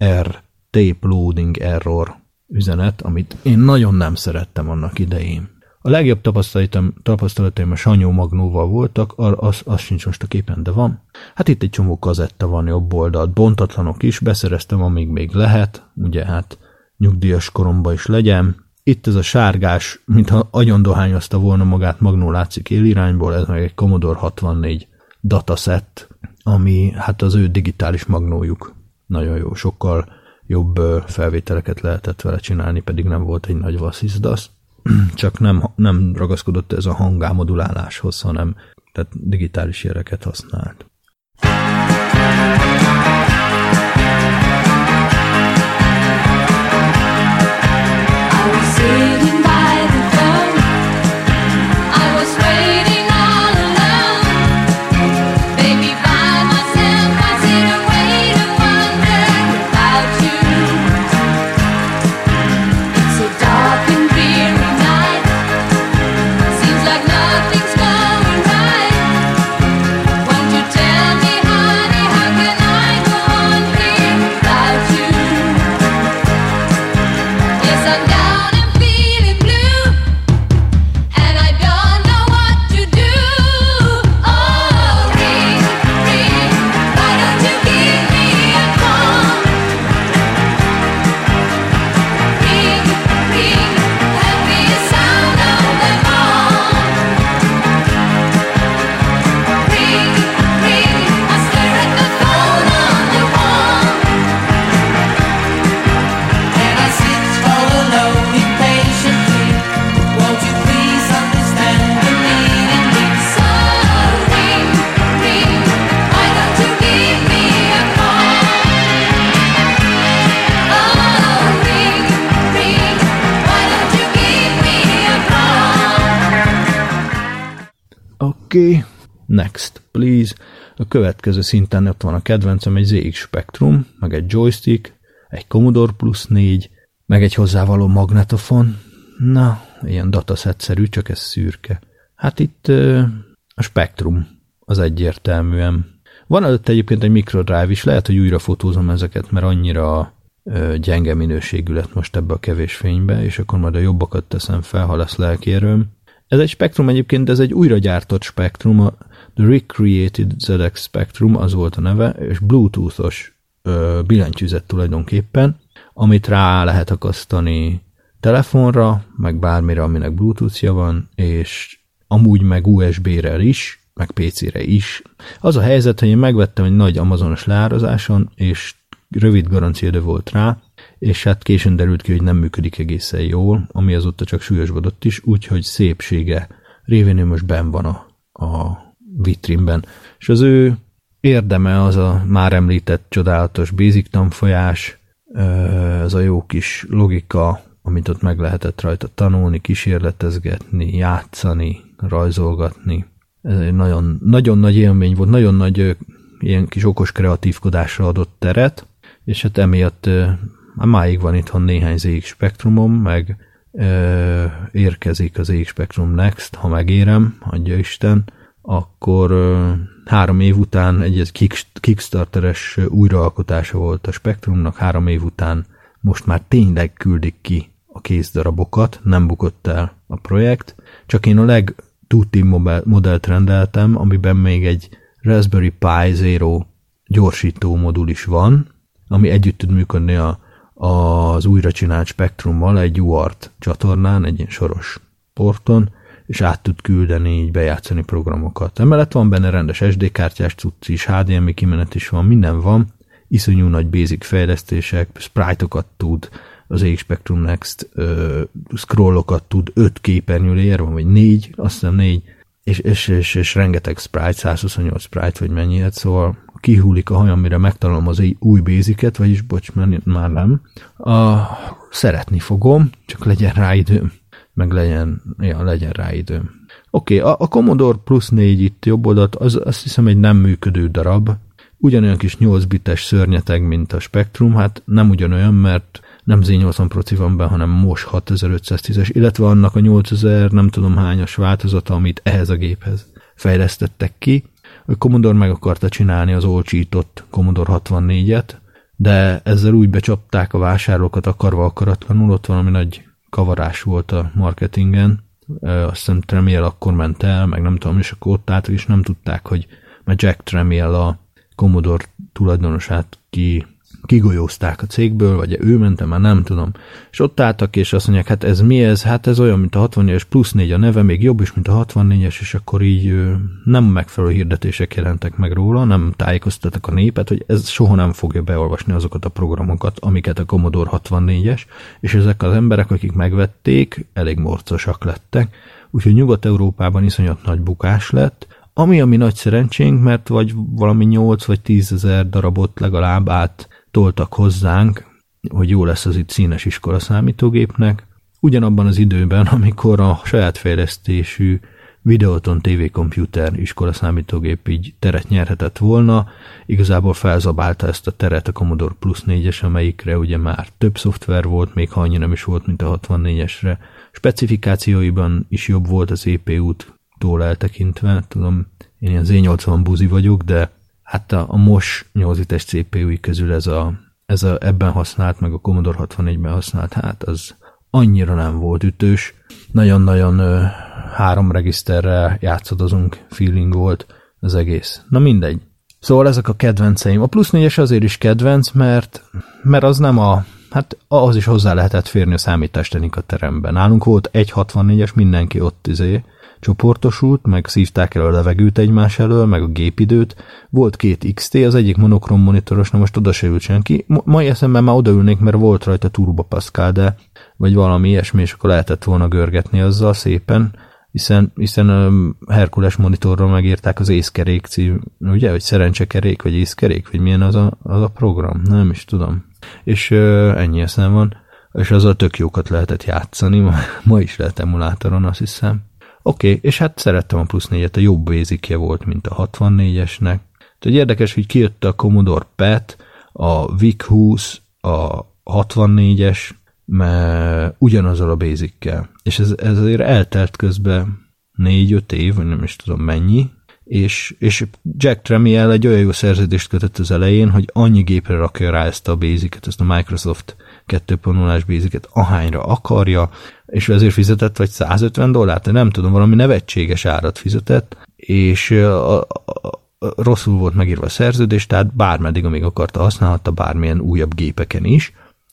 tape loading error üzenet, amit én nagyon nem szerettem annak idején. A legjobb tapasztalataim a Sanyó Magnóval voltak, az sincs most a képen, de van. Hát itt egy csomó kazetta van jobb oldalt, bontatlanok is, beszereztem, amíg még lehet, ugye hát nyugdíjas koromban is legyen. Itt ez a sárgás, mintha agyon dohányozta volna magát Magnó látszik élirányból, ez meg egy Commodore 64 dataset, ami hát az ő digitális Magnójuk. Nagyon jó, sokkal jobb felvételeket lehetett vele csinálni, pedig nem volt egy nagy vasszizdasz. Csak nem ragaszkodott ez a hangámoduláláshoz, hanem tehát digitális jeleket használt. Oké, next, please. A következő szinten ott van a kedvencem, egy ZX Spectrum, meg egy joystick, egy Commodore Plus 4, meg egy hozzávaló magnetofon. Na, ilyen dataset-szerű, csak ez szürke. Hát itt a Spectrum az egyértelműen. Van előtte egyébként egy microdrive is, lehet, hogy újra fotózom ezeket, mert annyira gyenge minőségű lett most ebbe a kevés fénybe, és akkor majd a jobbakat teszem fel, ha lesz lelkérőm. Ez egy Spectrum egyébként, ez egy újragyártott Spectrum, a The Recreated ZX Spectrum, az volt a neve, és Bluetooth-os billentyűzet tulajdonképpen, amit rá lehet akasztani telefonra, meg bármire, aminek Bluetooth-ja van, és amúgy meg USB-re is, meg PC-re is. Az a helyzet, hogy én megvettem egy nagy Amazonos leárazáson, és rövid garanciaidő volt rá, és hát későn derült ki, hogy nem működik egészen jól, ami azóta csak súlyosbodott is, úgyhogy szépsége révén ő most benn van a vitrínben. És az ő érdeme az a már említett csodálatos basic tanfolyás, ez a jó kis logika, amit ott meg lehetett rajta tanulni, kísérletezgetni, játszani, rajzolgatni. Ez egy nagyon, nagyon nagy élmény volt, nagyon nagy ilyen kis okos kreatívkodásra adott teret, és hát emiatt máig van itthon néhány ZX Spectrumom, meg érkezik az ZX Spectrum Next, ha megérem, adja Isten, akkor 3 év után egy Kickstarteres újraalkotása volt a Spectrumnak, 3 év után most már tényleg küldik ki a kézdarabokat, nem bukott el a projekt, csak én a legtuti modellt rendeltem, amiben még egy Raspberry Pi Zero gyorsító modul is van, ami együtt tud működni az újra csinált Spectrummal egy UART csatornán, egy ilyen soros porton, és át tud küldeni, így bejátszani programokat. Emellett van benne rendes SD kártyás cucc is, HDMI kimenet is van, minden van, iszonyú nagy basic fejlesztések, sprite-okat tud, az ZX Spectrum Next scrollokat tud, 5 képernyő layer van, vagy 4, azt hiszem 4, és rengeteg sprite, 128 sprite, vagy mennyi, szóval kihullik a hajam, mire megtalálom az új basicet, vagyis bocs, már nem. Szeretni fogom, csak legyen rá időm, meg legyen rá időm. Oké, a Commodore Plus 4 itt jobb oldalt, azt hiszem egy nem működő darab, ugyanolyan kis 8 bites szörnyeteg, mint a Spectrum, hát nem ugyanolyan, mert nem Z80 proci van be, hanem most 6510-es, illetve annak a 8000 nem tudom hányas változata, amit ehhez a géphez fejlesztettek ki. A Commodore meg akarta csinálni az olcsított Commodore 64-et, de ezzel úgy becsapták a vásárlókat akarva akaratlanul, ott valami nagy kavarás volt a marketingen, azt hiszem Tramiel akkor ment el, meg nem tudom, és akkor ott állt, és nem tudták, hogy mert Jack Tramiel a Commodore tulajdonosát kigolyózták a cégből, vagy ő ment, már nem tudom. És ott álltak, és azt mondják, hát ez mi ez? Hát ez olyan, mint a 64-es plusz 4 a neve, még jobb is, mint a 64-es, és akkor így nem megfelelő hirdetések jelentek meg róla, nem tájékoztattak a népet, hogy ez soha nem fogja beolvasni azokat a programokat, amiket a Commodore 64-es, és ezek az emberek, akik megvették, elég morcosak lettek, úgyhogy Nyugat-Európában iszonyat nagy bukás lett, ami nagy szerencsénk, mert vagy valami 8 vagy 10 ezer darabot legalább áttoltak hozzánk, hogy jó lesz az itt színes iskola számítógépnek. Ugyanabban az időben, amikor a saját fejlesztésű Videoton TV Computer iskola számítógép így teret nyerhetett volna, igazából felzabálta ezt a teret a Commodore Plus 4-es, amelyikre ugye már több szoftver volt, még ha annyi nem is volt, mint a 64-esre. Specifikációiban is jobb volt az CPU-tól eltekintve, tudom, én ilyen Z80 buzi vagyok, de hát a MOS 8-es CPU-i közül ez a ebben használt, meg a Commodore 64-ben használt, hát az annyira nem volt ütős. Nagyon-nagyon 3 regiszterrel játszadozunk feeling volt az egész. Na mindegy. Szóval ezek a kedvenceim. A plusz 4-es azért is kedvenc, mert az nem hát ahhoz is hozzá lehetett férni a számítástechnika teremben. Nálunk volt egy 64-es, mindenki ott csoportosult, meg szívták el a levegőt egymás elől, meg a gépidőt. Volt 2 XT, az egyik monokrom monitoros, na most oda se ült senki. Mai eszemben már odaülnék, mert volt rajta Turbo Pascal, de vagy valami ilyesmi, és akkor lehetett volna görgetni azzal szépen, hiszen Herkules monitorról megírták az észkerék cím, ugye, hogy szerencsekerék, vagy észkerék, vagy milyen az a program, nem is tudom. És ennyi eszem van, és azzal tök jókat lehetett játszani, ma is lehet emulátoron, azt hiszem. Oké, és hát szerettem a plusz 4-et, a jobb basicje volt, mint a 64-esnek. Tehát érdekes, hogy kijött a Commodore PET, a VIC-20, a 64-es, mert ugyanazzal a basickel. És ez azért eltelt közben 4-5 év, vagy nem is tudom mennyi, és Jack Tramiel egy olyan jó szerződést kötött az elején, hogy annyi gépre rakja rá ezt a basicet, ezt a Microsoft 2.0-ás basicet, ahányra akarja, és ezért fizetett vagy $150, de nem tudom, valami nevetséges árat fizetett, és rosszul volt megírva a szerződés, tehát bármeddig, amíg akarta, használhatta bármilyen újabb gépeken is,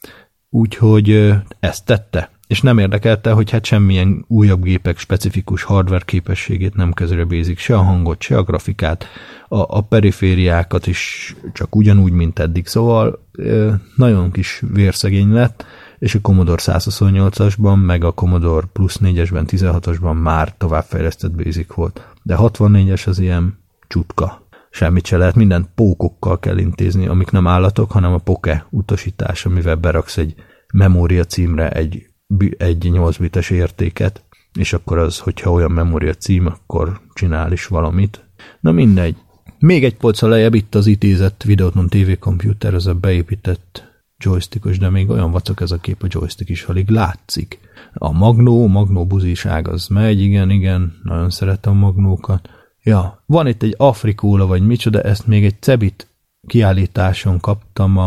úgyhogy ezt tette. És nem érdekelte, hogy hát semmilyen újabb gépek specifikus hardware képességét nem kezeli a Basic, se a hangot, se a grafikát, a perifériákat is csak ugyanúgy, mint eddig, szóval nagyon kis vérszegény lett, és a Commodore 128-asban, meg a Commodore Plus 4-esben, 16-asban már továbbfejlesztett Basic volt. De 64-es az ilyen csutka. Semmit se lehet, mindent pókokkal kell intézni, amik nem állatok, hanem a poke utasítás, amivel beraksz egy memória címre egy 8 bites értéket, és akkor az, hogyha olyan memória cím, akkor csinál is valamit. Na mindegy. Még egy polccal lejjebb itt az idézett Videoton TV Computer, ez a beépített joystickos, de még olyan vacak ez a kép, a joystick is alig látszik. A Magnó buziság az megy, igen, nagyon szeretem a Magnókat. Ja, van itt egy Afrikóla, vagy micsoda, ezt még egy Cebit kiállításon kaptam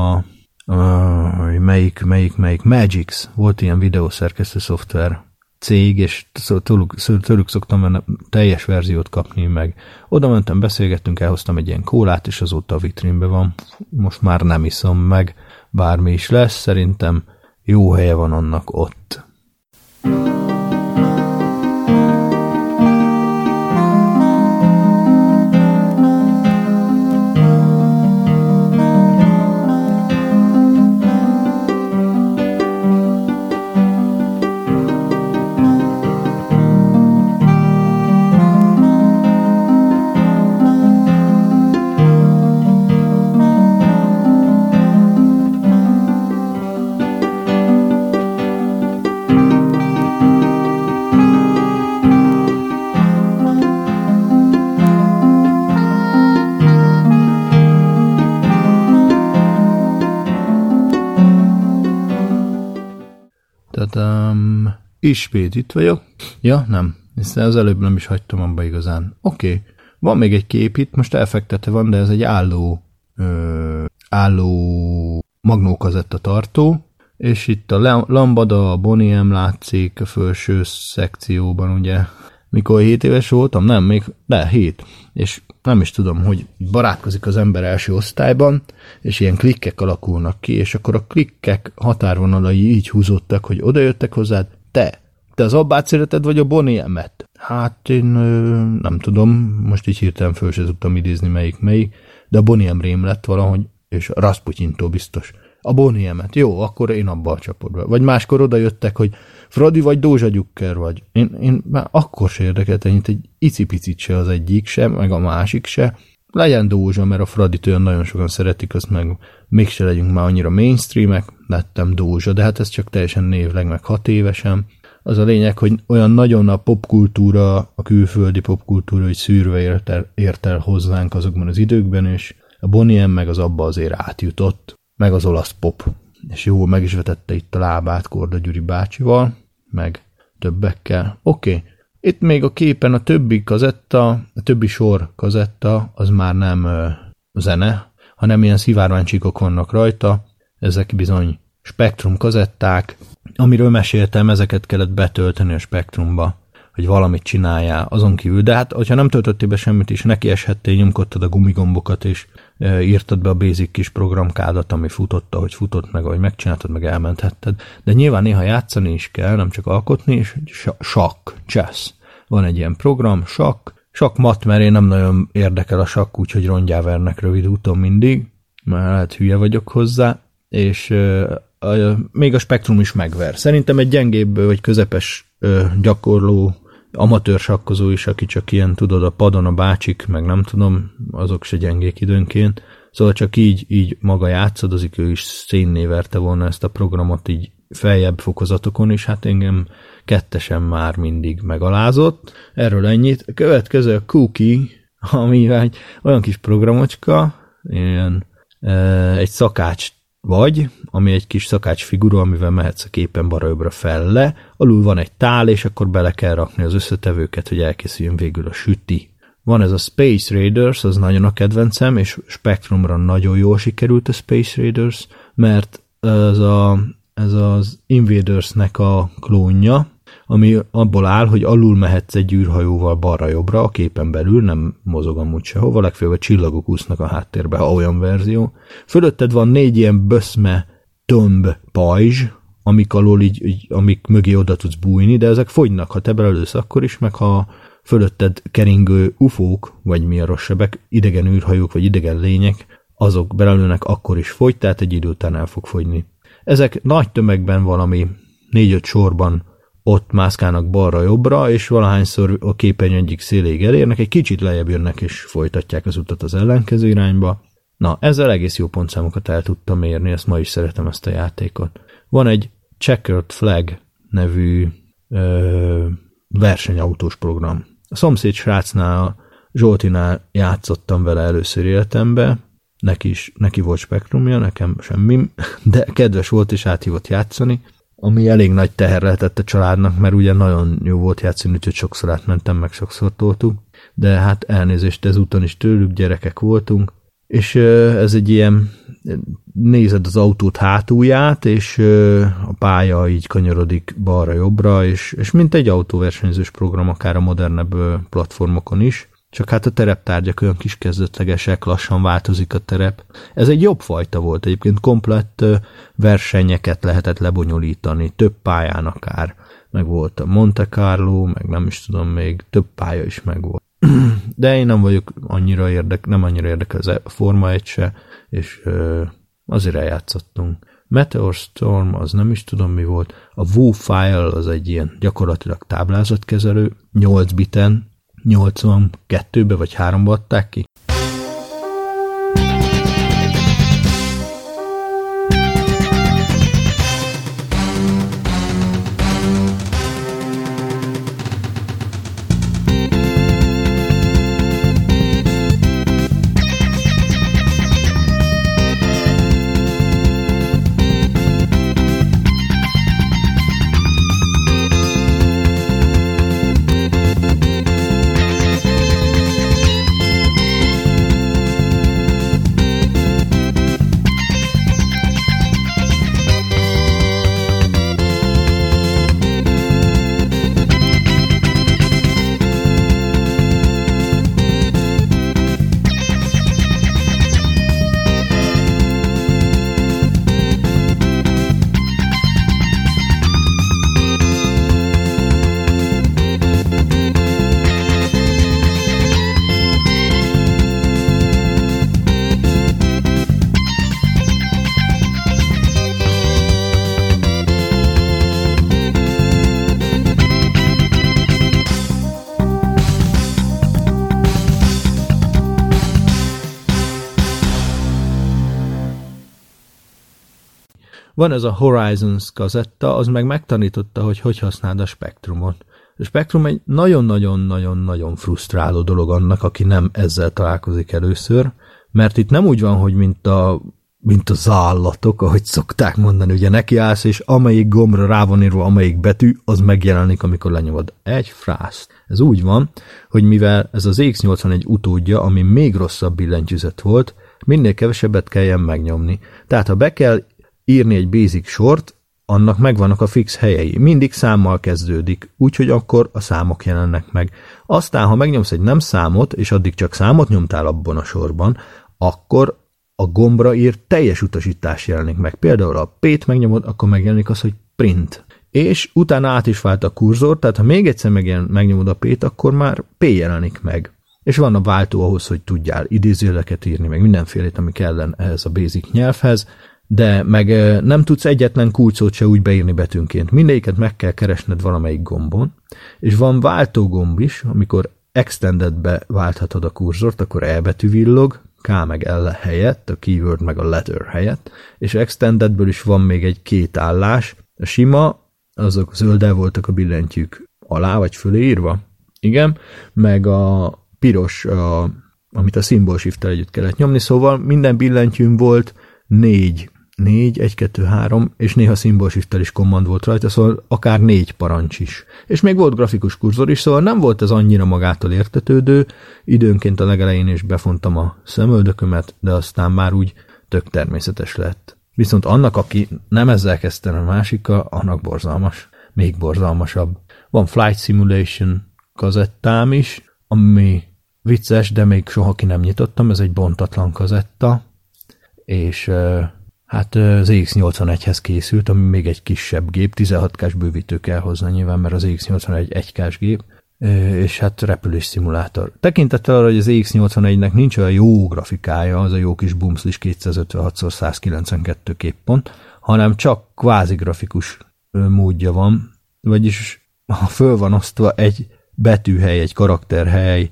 melyik Magix, volt ilyen videószerkesztő szoftver cég, és tőlük szoktam teljes verziót kapni, meg oda mentem, beszélgettünk, elhoztam egy ilyen kólát, és azóta a vitrínben van, most már nem iszom meg, bármi is lesz, szerintem jó helye van annak ott. Ismét itt vagyok. Ja, nem. Hiszen az előbb nem is hagytam abba igazán. Oké. Van még egy kép itt, most elfektetve van, de ez egy álló magnókazetta tartó, és itt a Lambada, a Bonnie M látszik a felső szekcióban, ugye, mikor 7 éves voltam, nem, még, de 7, és nem is tudom, hogy barátkozik az ember első osztályban, és ilyen klikkek alakulnak ki, és akkor a klikkek határvonalai így húzódtak, hogy odajöttek hozzád, te az Abbát szereted, vagy a Bonnie M-et? Hát én nem tudom, most így hirtelen föl se tudtam idézni melyik, de a Bonnie M rém lett valahogy, és Rasputyintól biztos. A Bonnie M-et, jó, akkor én abba a csaportba. Vagy máskor oda jöttek, hogy Fradi vagy Dózsa Gyukker vagy. Én már akkor se érdekelt ennyit, egy icipicit se az egyik se, meg a másik se. Legyen Dózsa, mert a Fradit olyan nagyon sokan szeretik, azt meg mégse legyünk már annyira mainstreamek, lettem Dózsa, de hát ez csak teljesen névleg, meg 6 évesen. Az a lényeg, hogy olyan nagyon a popkultúra, a külföldi popkultúra, hogy szűrve ért el hozzánk azokban az időkben, és a Bonnie M meg az Abba azért átjutott, meg az olasz pop. És jól meg is vetette itt a lábát Korda Gyuri bácsival, meg többekkel. Oké. Itt még a képen a többi kazetta, a többi sor kazetta, az már nem zene, hanem ilyen szivárványcsíkok vannak rajta. Ezek bizony Spektrum kazetták, amiről meséltem, ezeket kellett betölteni a Spektrumba, hogy valamit csináljál azon kívül. De hát, hogyha nem töltöttél be semmit is, neki eshettél, nyomkodtad a gumigombokat, és írtad be a basic kis programkádat, ami futotta, hogy futott meg, ahogy megcsináltad, meg elmenthetted. De nyilván néha játszani is kell, nem csak alkotni, és sakk, chess. Van egy ilyen program, sakk-mat, mert én nem nagyon érdekel a sakk, úgyhogy rongyávernek rövid úton mindig, mert lehet hülye vagyok hozzá, és még a Spektrum is megver. Szerintem egy gyengébb vagy közepes gyakorló amatőr sakkozó is, aki csak ilyen, tudod, a padon a bácsik, meg nem tudom, azok se gyengék időnként. Szóval csak így maga játszadozik, ő is szénné verte volna ezt a programot így feljebb fokozatokon, és hát engem kettesen már mindig megalázott. Erről ennyit. A következő a Cookie, ami egy olyan kis programocska, ilyen egy szakács vagy, ami egy kis szakács figura, amivel mehetsz a képen balra-jobbra fel-le, alul van egy tál, és akkor bele kell rakni az összetevőket, hogy elkészüljön végül a süti. Van ez a Space Raiders, az nagyon a kedvencem, és Spectrumra nagyon jól sikerült a Space Raiders, mert ez az Invaders-nek a klónja, ami abból áll, hogy alul mehetsz egy űrhajóval balra-jobbra, a képen belül, nem mozog amúgy sehova, legfeljebb a csillagok úsznak a háttérbe, ha olyan verzió. Fölötted van 4 ilyen böszme tömb pajzs, amik alól amik mögé oda tudsz bújni, de ezek fogynak, ha te belelősz akkor is, meg ha fölötted keringő ufók, vagy mi a rosszabbek, idegen űrhajók, vagy idegen lények, azok belelőnek akkor is fogy, tehát egy idő után el fog fogyni. Ezek nagy tömegben valami 4-5 sorban ott mászkálnak balra-jobbra, és valahányszor a képernyő egyik széléig elérnek, egy kicsit lejjebb jönnek, és folytatják az utat az ellenkező irányba. Na, ezzel egész jó pontszámokat el tudtam érni, ezt ma is szeretem, ezt a játékot. Van egy Checkered Flag nevű versenyautós program. A szomszéd srácnál, Zsoltinál játszottam vele először életembe, neki volt Spektrumja, nekem semmi, de kedves volt, és áthívott játszani, ami elég nagy teher lehetett a családnak, mert ugye nagyon jó volt játszani, úgyhogy sokszor átmentem, meg sokszor toltuk, de hát elnézést ezúton is tőlük, gyerekek voltunk, és ez egy ilyen, nézed az autót hátulját, és a pálya így kanyarodik balra-jobbra, és mint egy autóversenyzős program, akár a modernebb platformokon is, csak hát a tereptárgyak olyan kis kezdetlegesek, lassan változik a terep. Ez egy jobb fajta volt, egyébként komplett versenyeket lehetett lebonyolítani, több pályán akár, meg volt a Monte Carlo, meg nem is tudom, még több pálya is meg volt. De én nem vagyok nem annyira érdekel a Forma 1 se, és azért eljátszottunk. Meteor Storm, az nem is tudom mi volt. A Woo File az egy ilyen gyakorlatilag táblázatkezelő, 8 biten, 82-be vagy 3-ba adták ki. Van ez a Horizons kazetta, az meg megtanította, hogy használd a spektrumot. A spektrum egy nagyon-nagyon-nagyon-nagyon frusztráló dolog annak, aki nem ezzel találkozik először, mert itt nem úgy van, hogy mint az állatok, ahogy szokták mondani, ugye nekiállsz, és amelyik gombra rá van írva, amelyik betű, az megjelenik, amikor lenyomod. Egy frászt. Ez úgy van, hogy mivel ez az X81 utódja, ami még rosszabb billentyűzet volt, minél kevesebbet kelljen megnyomni. Tehát ha be kell írni egy basic sort, annak megvannak a fix helyei. Mindig számmal kezdődik, úgyhogy akkor a számok jelennek meg. Aztán, ha megnyomsz egy nem számot, és addig csak számot nyomtál abban a sorban, akkor a gombra írt teljes utasítás jelenik meg. Például a P-t megnyomod, akkor megjelenik az, hogy print. És utána át is vált a kurzor, tehát ha még egyszer megnyomod a P-t, akkor már P jelenik meg. És van a váltó ahhoz, hogy tudjál idézőjeleket írni, meg mindenfélét, ami kellene ehhez a basic nyelvhez, de meg nem tudsz egyetlen kulcsot se úgy beírni betűnként. Mindegyiket meg kell keresned valamelyik gombon, és van váltógomb is, amikor extendedbe válthatod a kurzort, akkor E betű villog, K meg L helyett, a keyword meg a letter helyett, és extendedből is van még egy két állás. A sima, azok zöldel voltak a billentyűk alá, vagy fölé írva. Igen, meg a piros, amit a symbol shift-tel együtt kellett nyomni, szóval minden billentyűm volt 4, 1, 2, 3, és néha symbol shift-tel is command volt rajta, szóval akár 4 parancs is. És még volt grafikus kurzor is, szóval nem volt ez annyira magától értetődő, időnként a legelején is befontam a szemöldökömet, de aztán már úgy tök természetes lett. Viszont annak, aki nem ezzel kezdte a másikkal, annak borzalmas. Még borzalmasabb. Van Flight Simulation kazettám is, ami vicces, de még soha ki nem nyitottam, ez egy bontatlan kazetta, és hát az X81-hez készült, ami még egy kisebb gép, 16K-s bővítő kell hozzá nyilván, mert az X81 1K-s gép, és hát repülés szimulátor. Tekintettel arra, hogy az X81-nek nincs olyan jó grafikája, az a jó kis bumszlis 256x192 képpont, hanem csak kvázi grafikus módja van, vagyis ha föl van osztva egy betűhely, egy karakterhely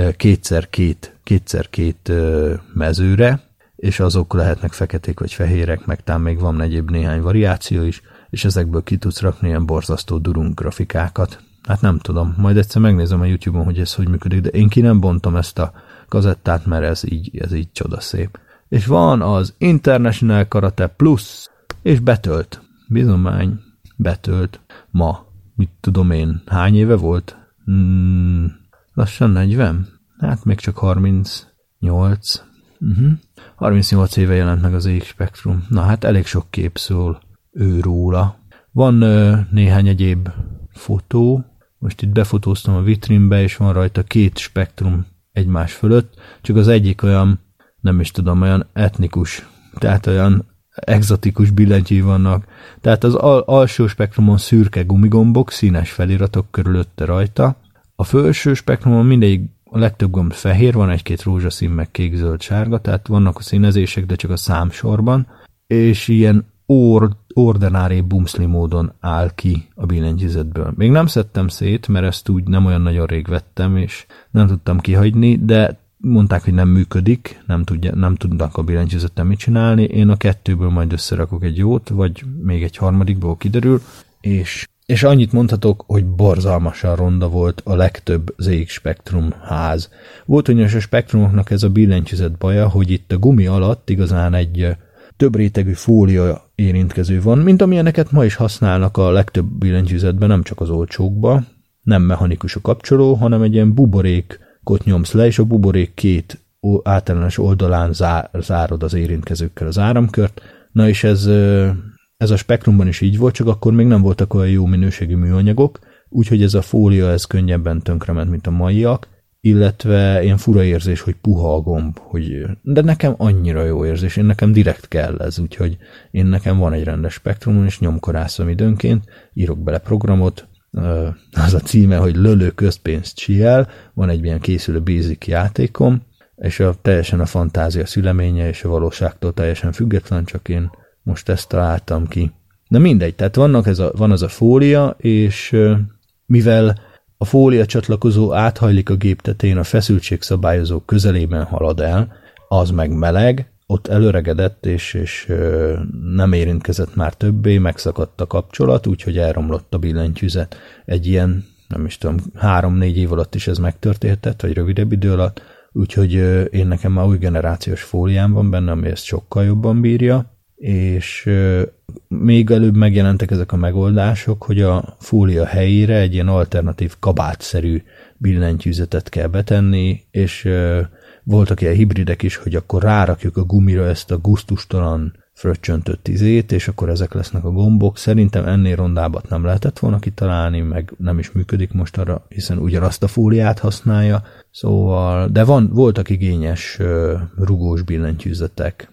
kétszer-két mezőre, és azok lehetnek feketék vagy fehérek, meg tám még van egyéb néhány variáció is, és ezekből ki tudsz rakni ilyen borzasztó durunk grafikákat. Hát nem tudom, majd egyszer megnézem a YouTube-on, hogy ez hogy működik, de én ki nem bontom ezt a kazettát, mert ez így csodaszép. És van az International Karate Plus, és betölt. Bizony, betölt. Ma, mit tudom én, hány éve volt? Lassan 40? Hát még csak 38. 38 éve jelent meg az X-Spectrum. Na hát elég sok kép szól róla. Van néhány egyéb fotó. Most itt befotóztam a vitrínbe, és van rajta 2 spektrum egymás fölött, csak az egyik olyan, nem is tudom, olyan etnikus, tehát olyan egzotikus billentyűi vannak. Tehát az alsó spektrumon szürke gumigombok, színes feliratok körülötte rajta. A felső spektrumon mindegyik, a legtöbb gomb fehér, van egy-két rózsaszín, meg kék, zöld, sárga, tehát vannak a színezések, de csak a számsorban, és ilyen ordinári bumszli módon áll ki a billentyűzetből. Még nem szedtem szét, mert ezt úgy nem olyan nagyon rég vettem, és nem tudtam kihagyni, de mondták, hogy nem működik, nem tudnak a billentyűzettel mit csinálni. Én a 2-ből majd összerakok egy jót, vagy még egy harmadikból kiderül, és annyit mondhatok, hogy borzalmasan ronda volt a legtöbb ZX Spectrum ház. Volt ugyanis a spektrumoknak ez a billentyűzet baja, hogy itt a gumi alatt igazán egy több rétegű fólia érintkező van, mint amilyeneket ma is használnak a legtöbb billentyűzetben, nem csak az olcsókba, nem mechanikus a kapcsoló, hanem egy ilyen buborékot nyomsz le, és a buborék 2 általános oldalán zárod az érintkezőkkel az áramkört. Na és ez a spektrumban is így volt, csak akkor még nem voltak olyan jó minőségű műanyagok, úgyhogy ez a fólia ez könnyebben tönkrement, mint a maiak, illetve ilyen fura érzés, hogy puha a gomb, de nekem annyira jó érzés, nekem direkt kell ez, úgyhogy nekem van egy rendes spektrumon, és nyomkorászom időnként, írok bele programot, az a címe, hogy Lölő közpénzt csiel, van egy ilyen készülő basic játékom, és teljesen a fantázia szüleménye, és a valóságtól teljesen független, csak én most ezt találtam ki. Na mindegy, tehát van az a fólia, és mivel a fólia csatlakozó áthajlik a gép tetején, a feszültségszabályozó közelében halad el, az meg meleg, ott előregedett, és nem érintkezett már többé, megszakadt a kapcsolat, úgyhogy elromlott a billentyűzet. Egy ilyen, nem is tudom, 3-4 év alatt is ez megtörténhetett, vagy rövidebb idő alatt, úgyhogy én nekem már új generációs fóliám van benne, ami ezt sokkal jobban bírja, és még előbb megjelentek ezek a megoldások, hogy a fólia helyére egy ilyen alternatív kabátszerű billentyűzetet kell betenni, és voltak ilyen hibridek is, hogy akkor rárakjuk a gumira ezt a gusztustalan fröccsöntött izét, és akkor ezek lesznek a gombok. Szerintem ennél rondábbat nem lehetett volna kitalálni, meg nem is működik most arra, hiszen ugyanazt a fóliát használja. Szóval, de voltak igényes rugós billentyűzetek.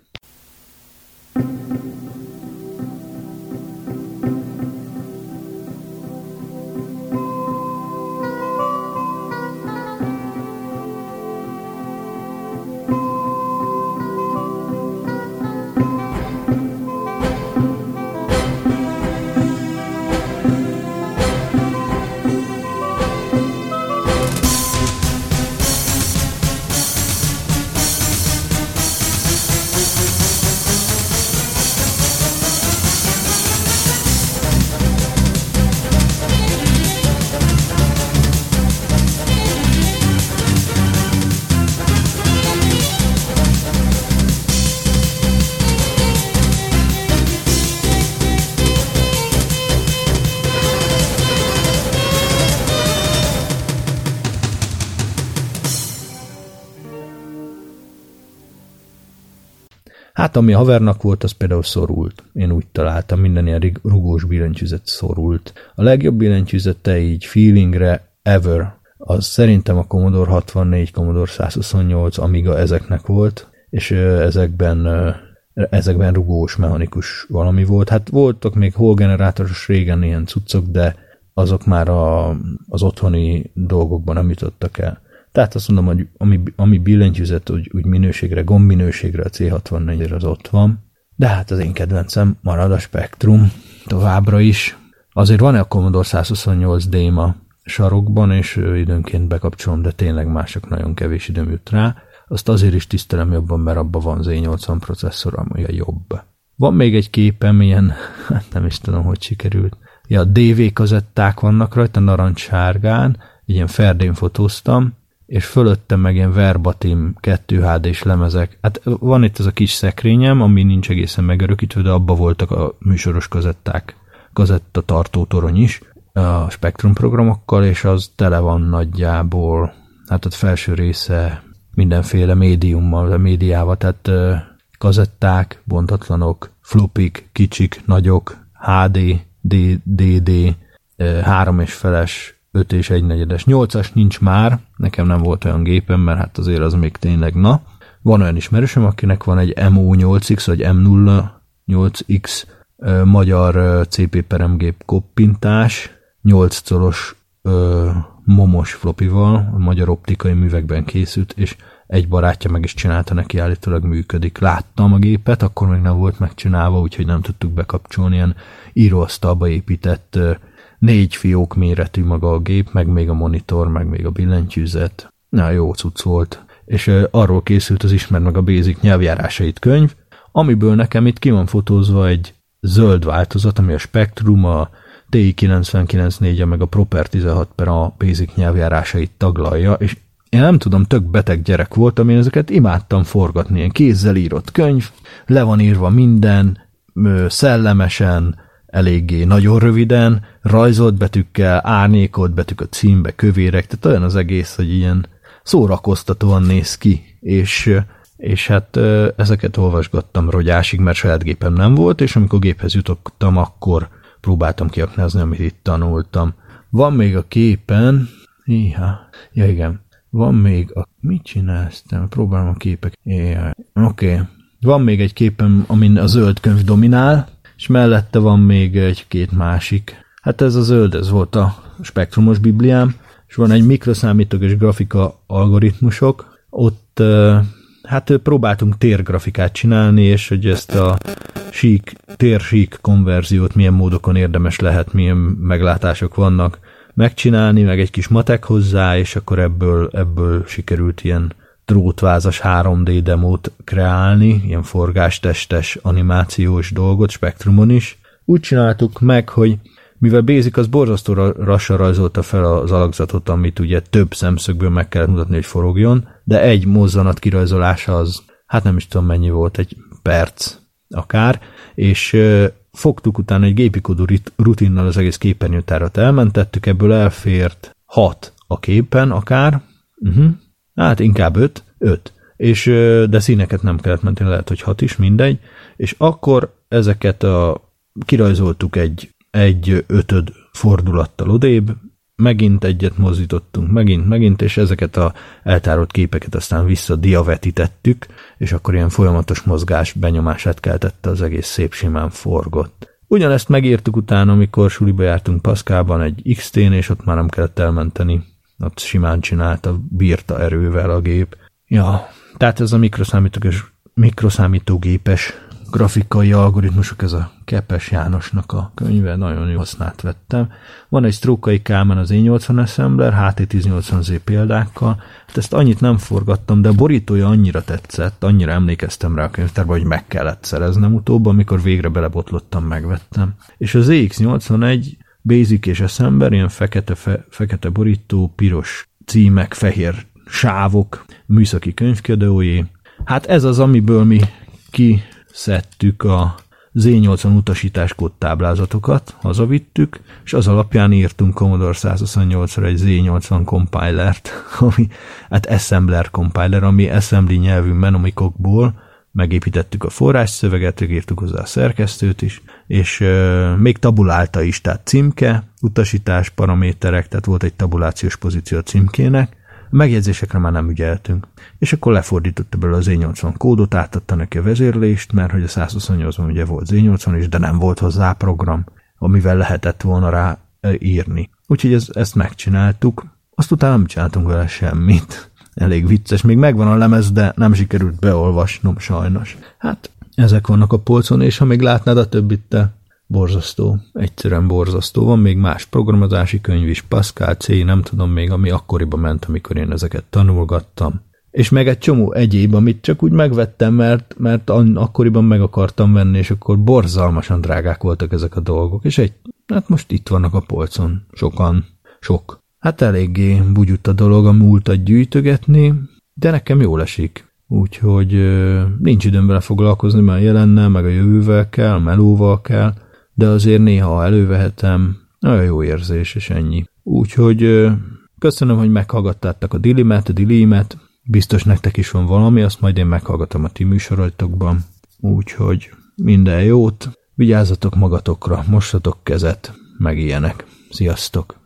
Hát ami a havernak volt, az például szorult. Én úgy találtam, minden ilyen rugós billentyűzet szorult. A legjobb billentyűzete így feelingre ever, az szerintem a Commodore 64, Commodore 128, Amiga ezeknek volt, és ezekben rugós, mechanikus valami volt. Hát voltak még holgenerátoros régen ilyen cuccok, de azok már az otthoni dolgokban nem jutottak el. Tehát azt mondom, hogy ami billentyűzet, úgy minőségre, gombminőségre a C64-re az ott van. De hát az én kedvencem marad a Spectrum továbbra is. Azért van-e a Commodore 128 Déma sarokban, és időnként bekapcsolom, de tényleg mások nagyon kevés időm jut rá. Azt azért is tisztelem jobban, mert abban van Z80 processzor, ami a jobb. Van még egy képem, ilyen, hát nem is tudom, hogy sikerült. Ja, DV kazetták vannak rajta, narancssárgán, ilyen ferdén fotóztam, és fölöttem meg ilyen verbatim 2 HD-s lemezek. Hát van itt ez a kis szekrényem, ami nincs egészen megörökítve, de abba voltak a műsoros kazetták, kazettatartó torony is, a Spectrum programokkal, és az tele van nagyjából, hát a felső része mindenféle médiával, tehát kazetták, bontatlanok, flopik, kicsik, nagyok, HD, DD, 3,5-es, 5 és 1/4-es. 8-as nincs már, nekem nem volt olyan gépem, mert hát azért az még tényleg na. Van olyan ismerősöm, akinek van egy MO8X, vagy M08X magyar CP peremgép koppintás, 8 colos momos flopival, a magyar optikai művekben készült, és egy barátja meg is csinálta, neki állítólag működik. Láttam a gépet, akkor még nem volt megcsinálva, úgyhogy nem tudtuk bekapcsolni, ilyen íróasztalba épített 4 fiók méretű maga a gép, meg még a monitor, meg még a billentyűzet. Na, jó cucc volt. És arról készült az Ismerd meg a Basic nyelvjárásait könyv, amiből nekem itt ki van fotózva egy zöld változat, ami a Spectrum, a TI 99.4, meg a Proper 16 per a Basic nyelvjárásait taglalja, és én nem tudom, tök beteg gyerek voltam, én ezeket imádtam forgatni, ilyen kézzel írott könyv, le van írva minden, szellemesen, eléggé nagyon röviden, rajzolt betűkkel, árnyékolt betűk a címbe, kövérek, tehát olyan az egész, hogy ilyen szórakoztatóan néz ki, és hát ezeket olvasgattam rogyásig, mert saját gépem nem volt, és amikor géphez jutottam, akkor próbáltam kiaknázni, amit itt tanultam. Van még a képen, ja igen, van még mit csináltam? Próbálom a képek. Oké. Van még egy képem, amin a zöld könyv dominál, és mellette van még egy-két másik. Hát ez a zöld, ez volt a spektrumos bibliám, és van egy mikroszámítógép és grafika algoritmusok. Ott hát próbáltunk térgrafikát csinálni, és hogy ezt a tér-sík konverziót milyen módokon érdemes lehet, milyen meglátások vannak megcsinálni, meg egy kis matek hozzá, és akkor ebből sikerült ilyen drótvázas 3D demót kreálni, ilyen forgástestes animációs dolgot, Spectrumon is. Úgy csináltuk meg, hogy mivel Basic az borzasztó lassan rajzolta fel az alakzatot, amit ugye több szemszögből meg kellett mutatni, hogy forogjon, de egy mozzanat kirajzolása az, hát nem is tudom mennyi volt, egy perc akár, és fogtuk utána egy gépi kódú rutinnal az egész képernyőtárat elmentettük, ebből elfért 6 a képen akár, hát inkább 5, és, de színeket nem kellett menteni, lehet, hogy 6 is, mindegy, és akkor ezeket kirajzoltuk egy 5 fordulattal odébb, megint egyet mozdítottunk, megint, és ezeket a eltárolt képeket aztán visszadiavetítettük, és akkor ilyen folyamatos mozgás benyomását keltette, az egész szép simán forgott. Ugyanezt megírtuk utána, amikor suliba jártunk Pascalban egy XT-n, és ott már nem kellett elmenteni, ott simán csinálta, bírta erővel a gép. Ja, tehát ez a mikroszámítógépes grafikai algoritmusok, ez a Kepes Jánosnak a könyve, nagyon jó hasznát vettem. Van egy Strokai Kálmán az E80 Assembler, HT1080Z példákkal, hát ezt annyit nem forgattam, de a borítója annyira tetszett, annyira emlékeztem rá a könyvtárba, hogy meg kellett szereznem utóbb, amikor végre belebotlottam, megvettem. És az EX81 Basic és Assembler, ilyen fekete borító, piros címek, fehér sávok, műszaki könyvkiadói. Hát ez az, amiből mi kiszedtük a Z80 utasításkód táblázatokat, hazavittük, és az alapján írtunk Commodore 128-ra egy Z80 compilert, ami hát assembler compiler, ami assembly nyelvű menomikokból megépítettük a forrásszöveget, írtuk hozzá a szerkesztőt is, és még tabulálta is, tehát címke, utasítás, paraméterek, tehát volt egy tabulációs pozíció a címkének, a megjegyzésekre már nem ügyeltünk. És akkor lefordította belőle az Z80 kódot, átadta neki a vezérlést, mert hogy a 128-ban ugye volt Z80 is, de nem volt hozzá program, amivel lehetett volna rá írni. Úgyhogy ezt megcsináltuk. Azt utána nem csináltunk vele semmit. Elég vicces. Még megvan a lemez, de nem sikerült beolvasnom sajnos. Hát ezek vannak a polcon, és ha még látnád a többit, te borzasztó. Egyszerűen borzasztó. Van még más programozási könyv is, Pascal, C, nem tudom még, ami akkoriban ment, amikor én ezeket tanulgattam. És meg egy csomó egyéb, amit csak úgy megvettem, mert akkoriban meg akartam venni, és akkor borzalmasan drágák voltak ezek a dolgok. És hát most itt vannak a polcon. Sok. Hát eléggé bugyutt a dolog a múltat gyűjtögetni, de nekem jól esik. Úgyhogy nincs időm vele foglalkozni, mert a jelennel, meg a jövővel kell, melóval kell, de azért néha elővehetem, nagyon jó érzés, és ennyi. Úgyhogy köszönöm, hogy meghallgattátok a Dilimet, biztos nektek is van valami, azt majd én meghallgatom a ti műsoroitokban. Úgyhogy minden jót, vigyázzatok magatokra, mossatok kezet, meg ilyenek. Sziasztok!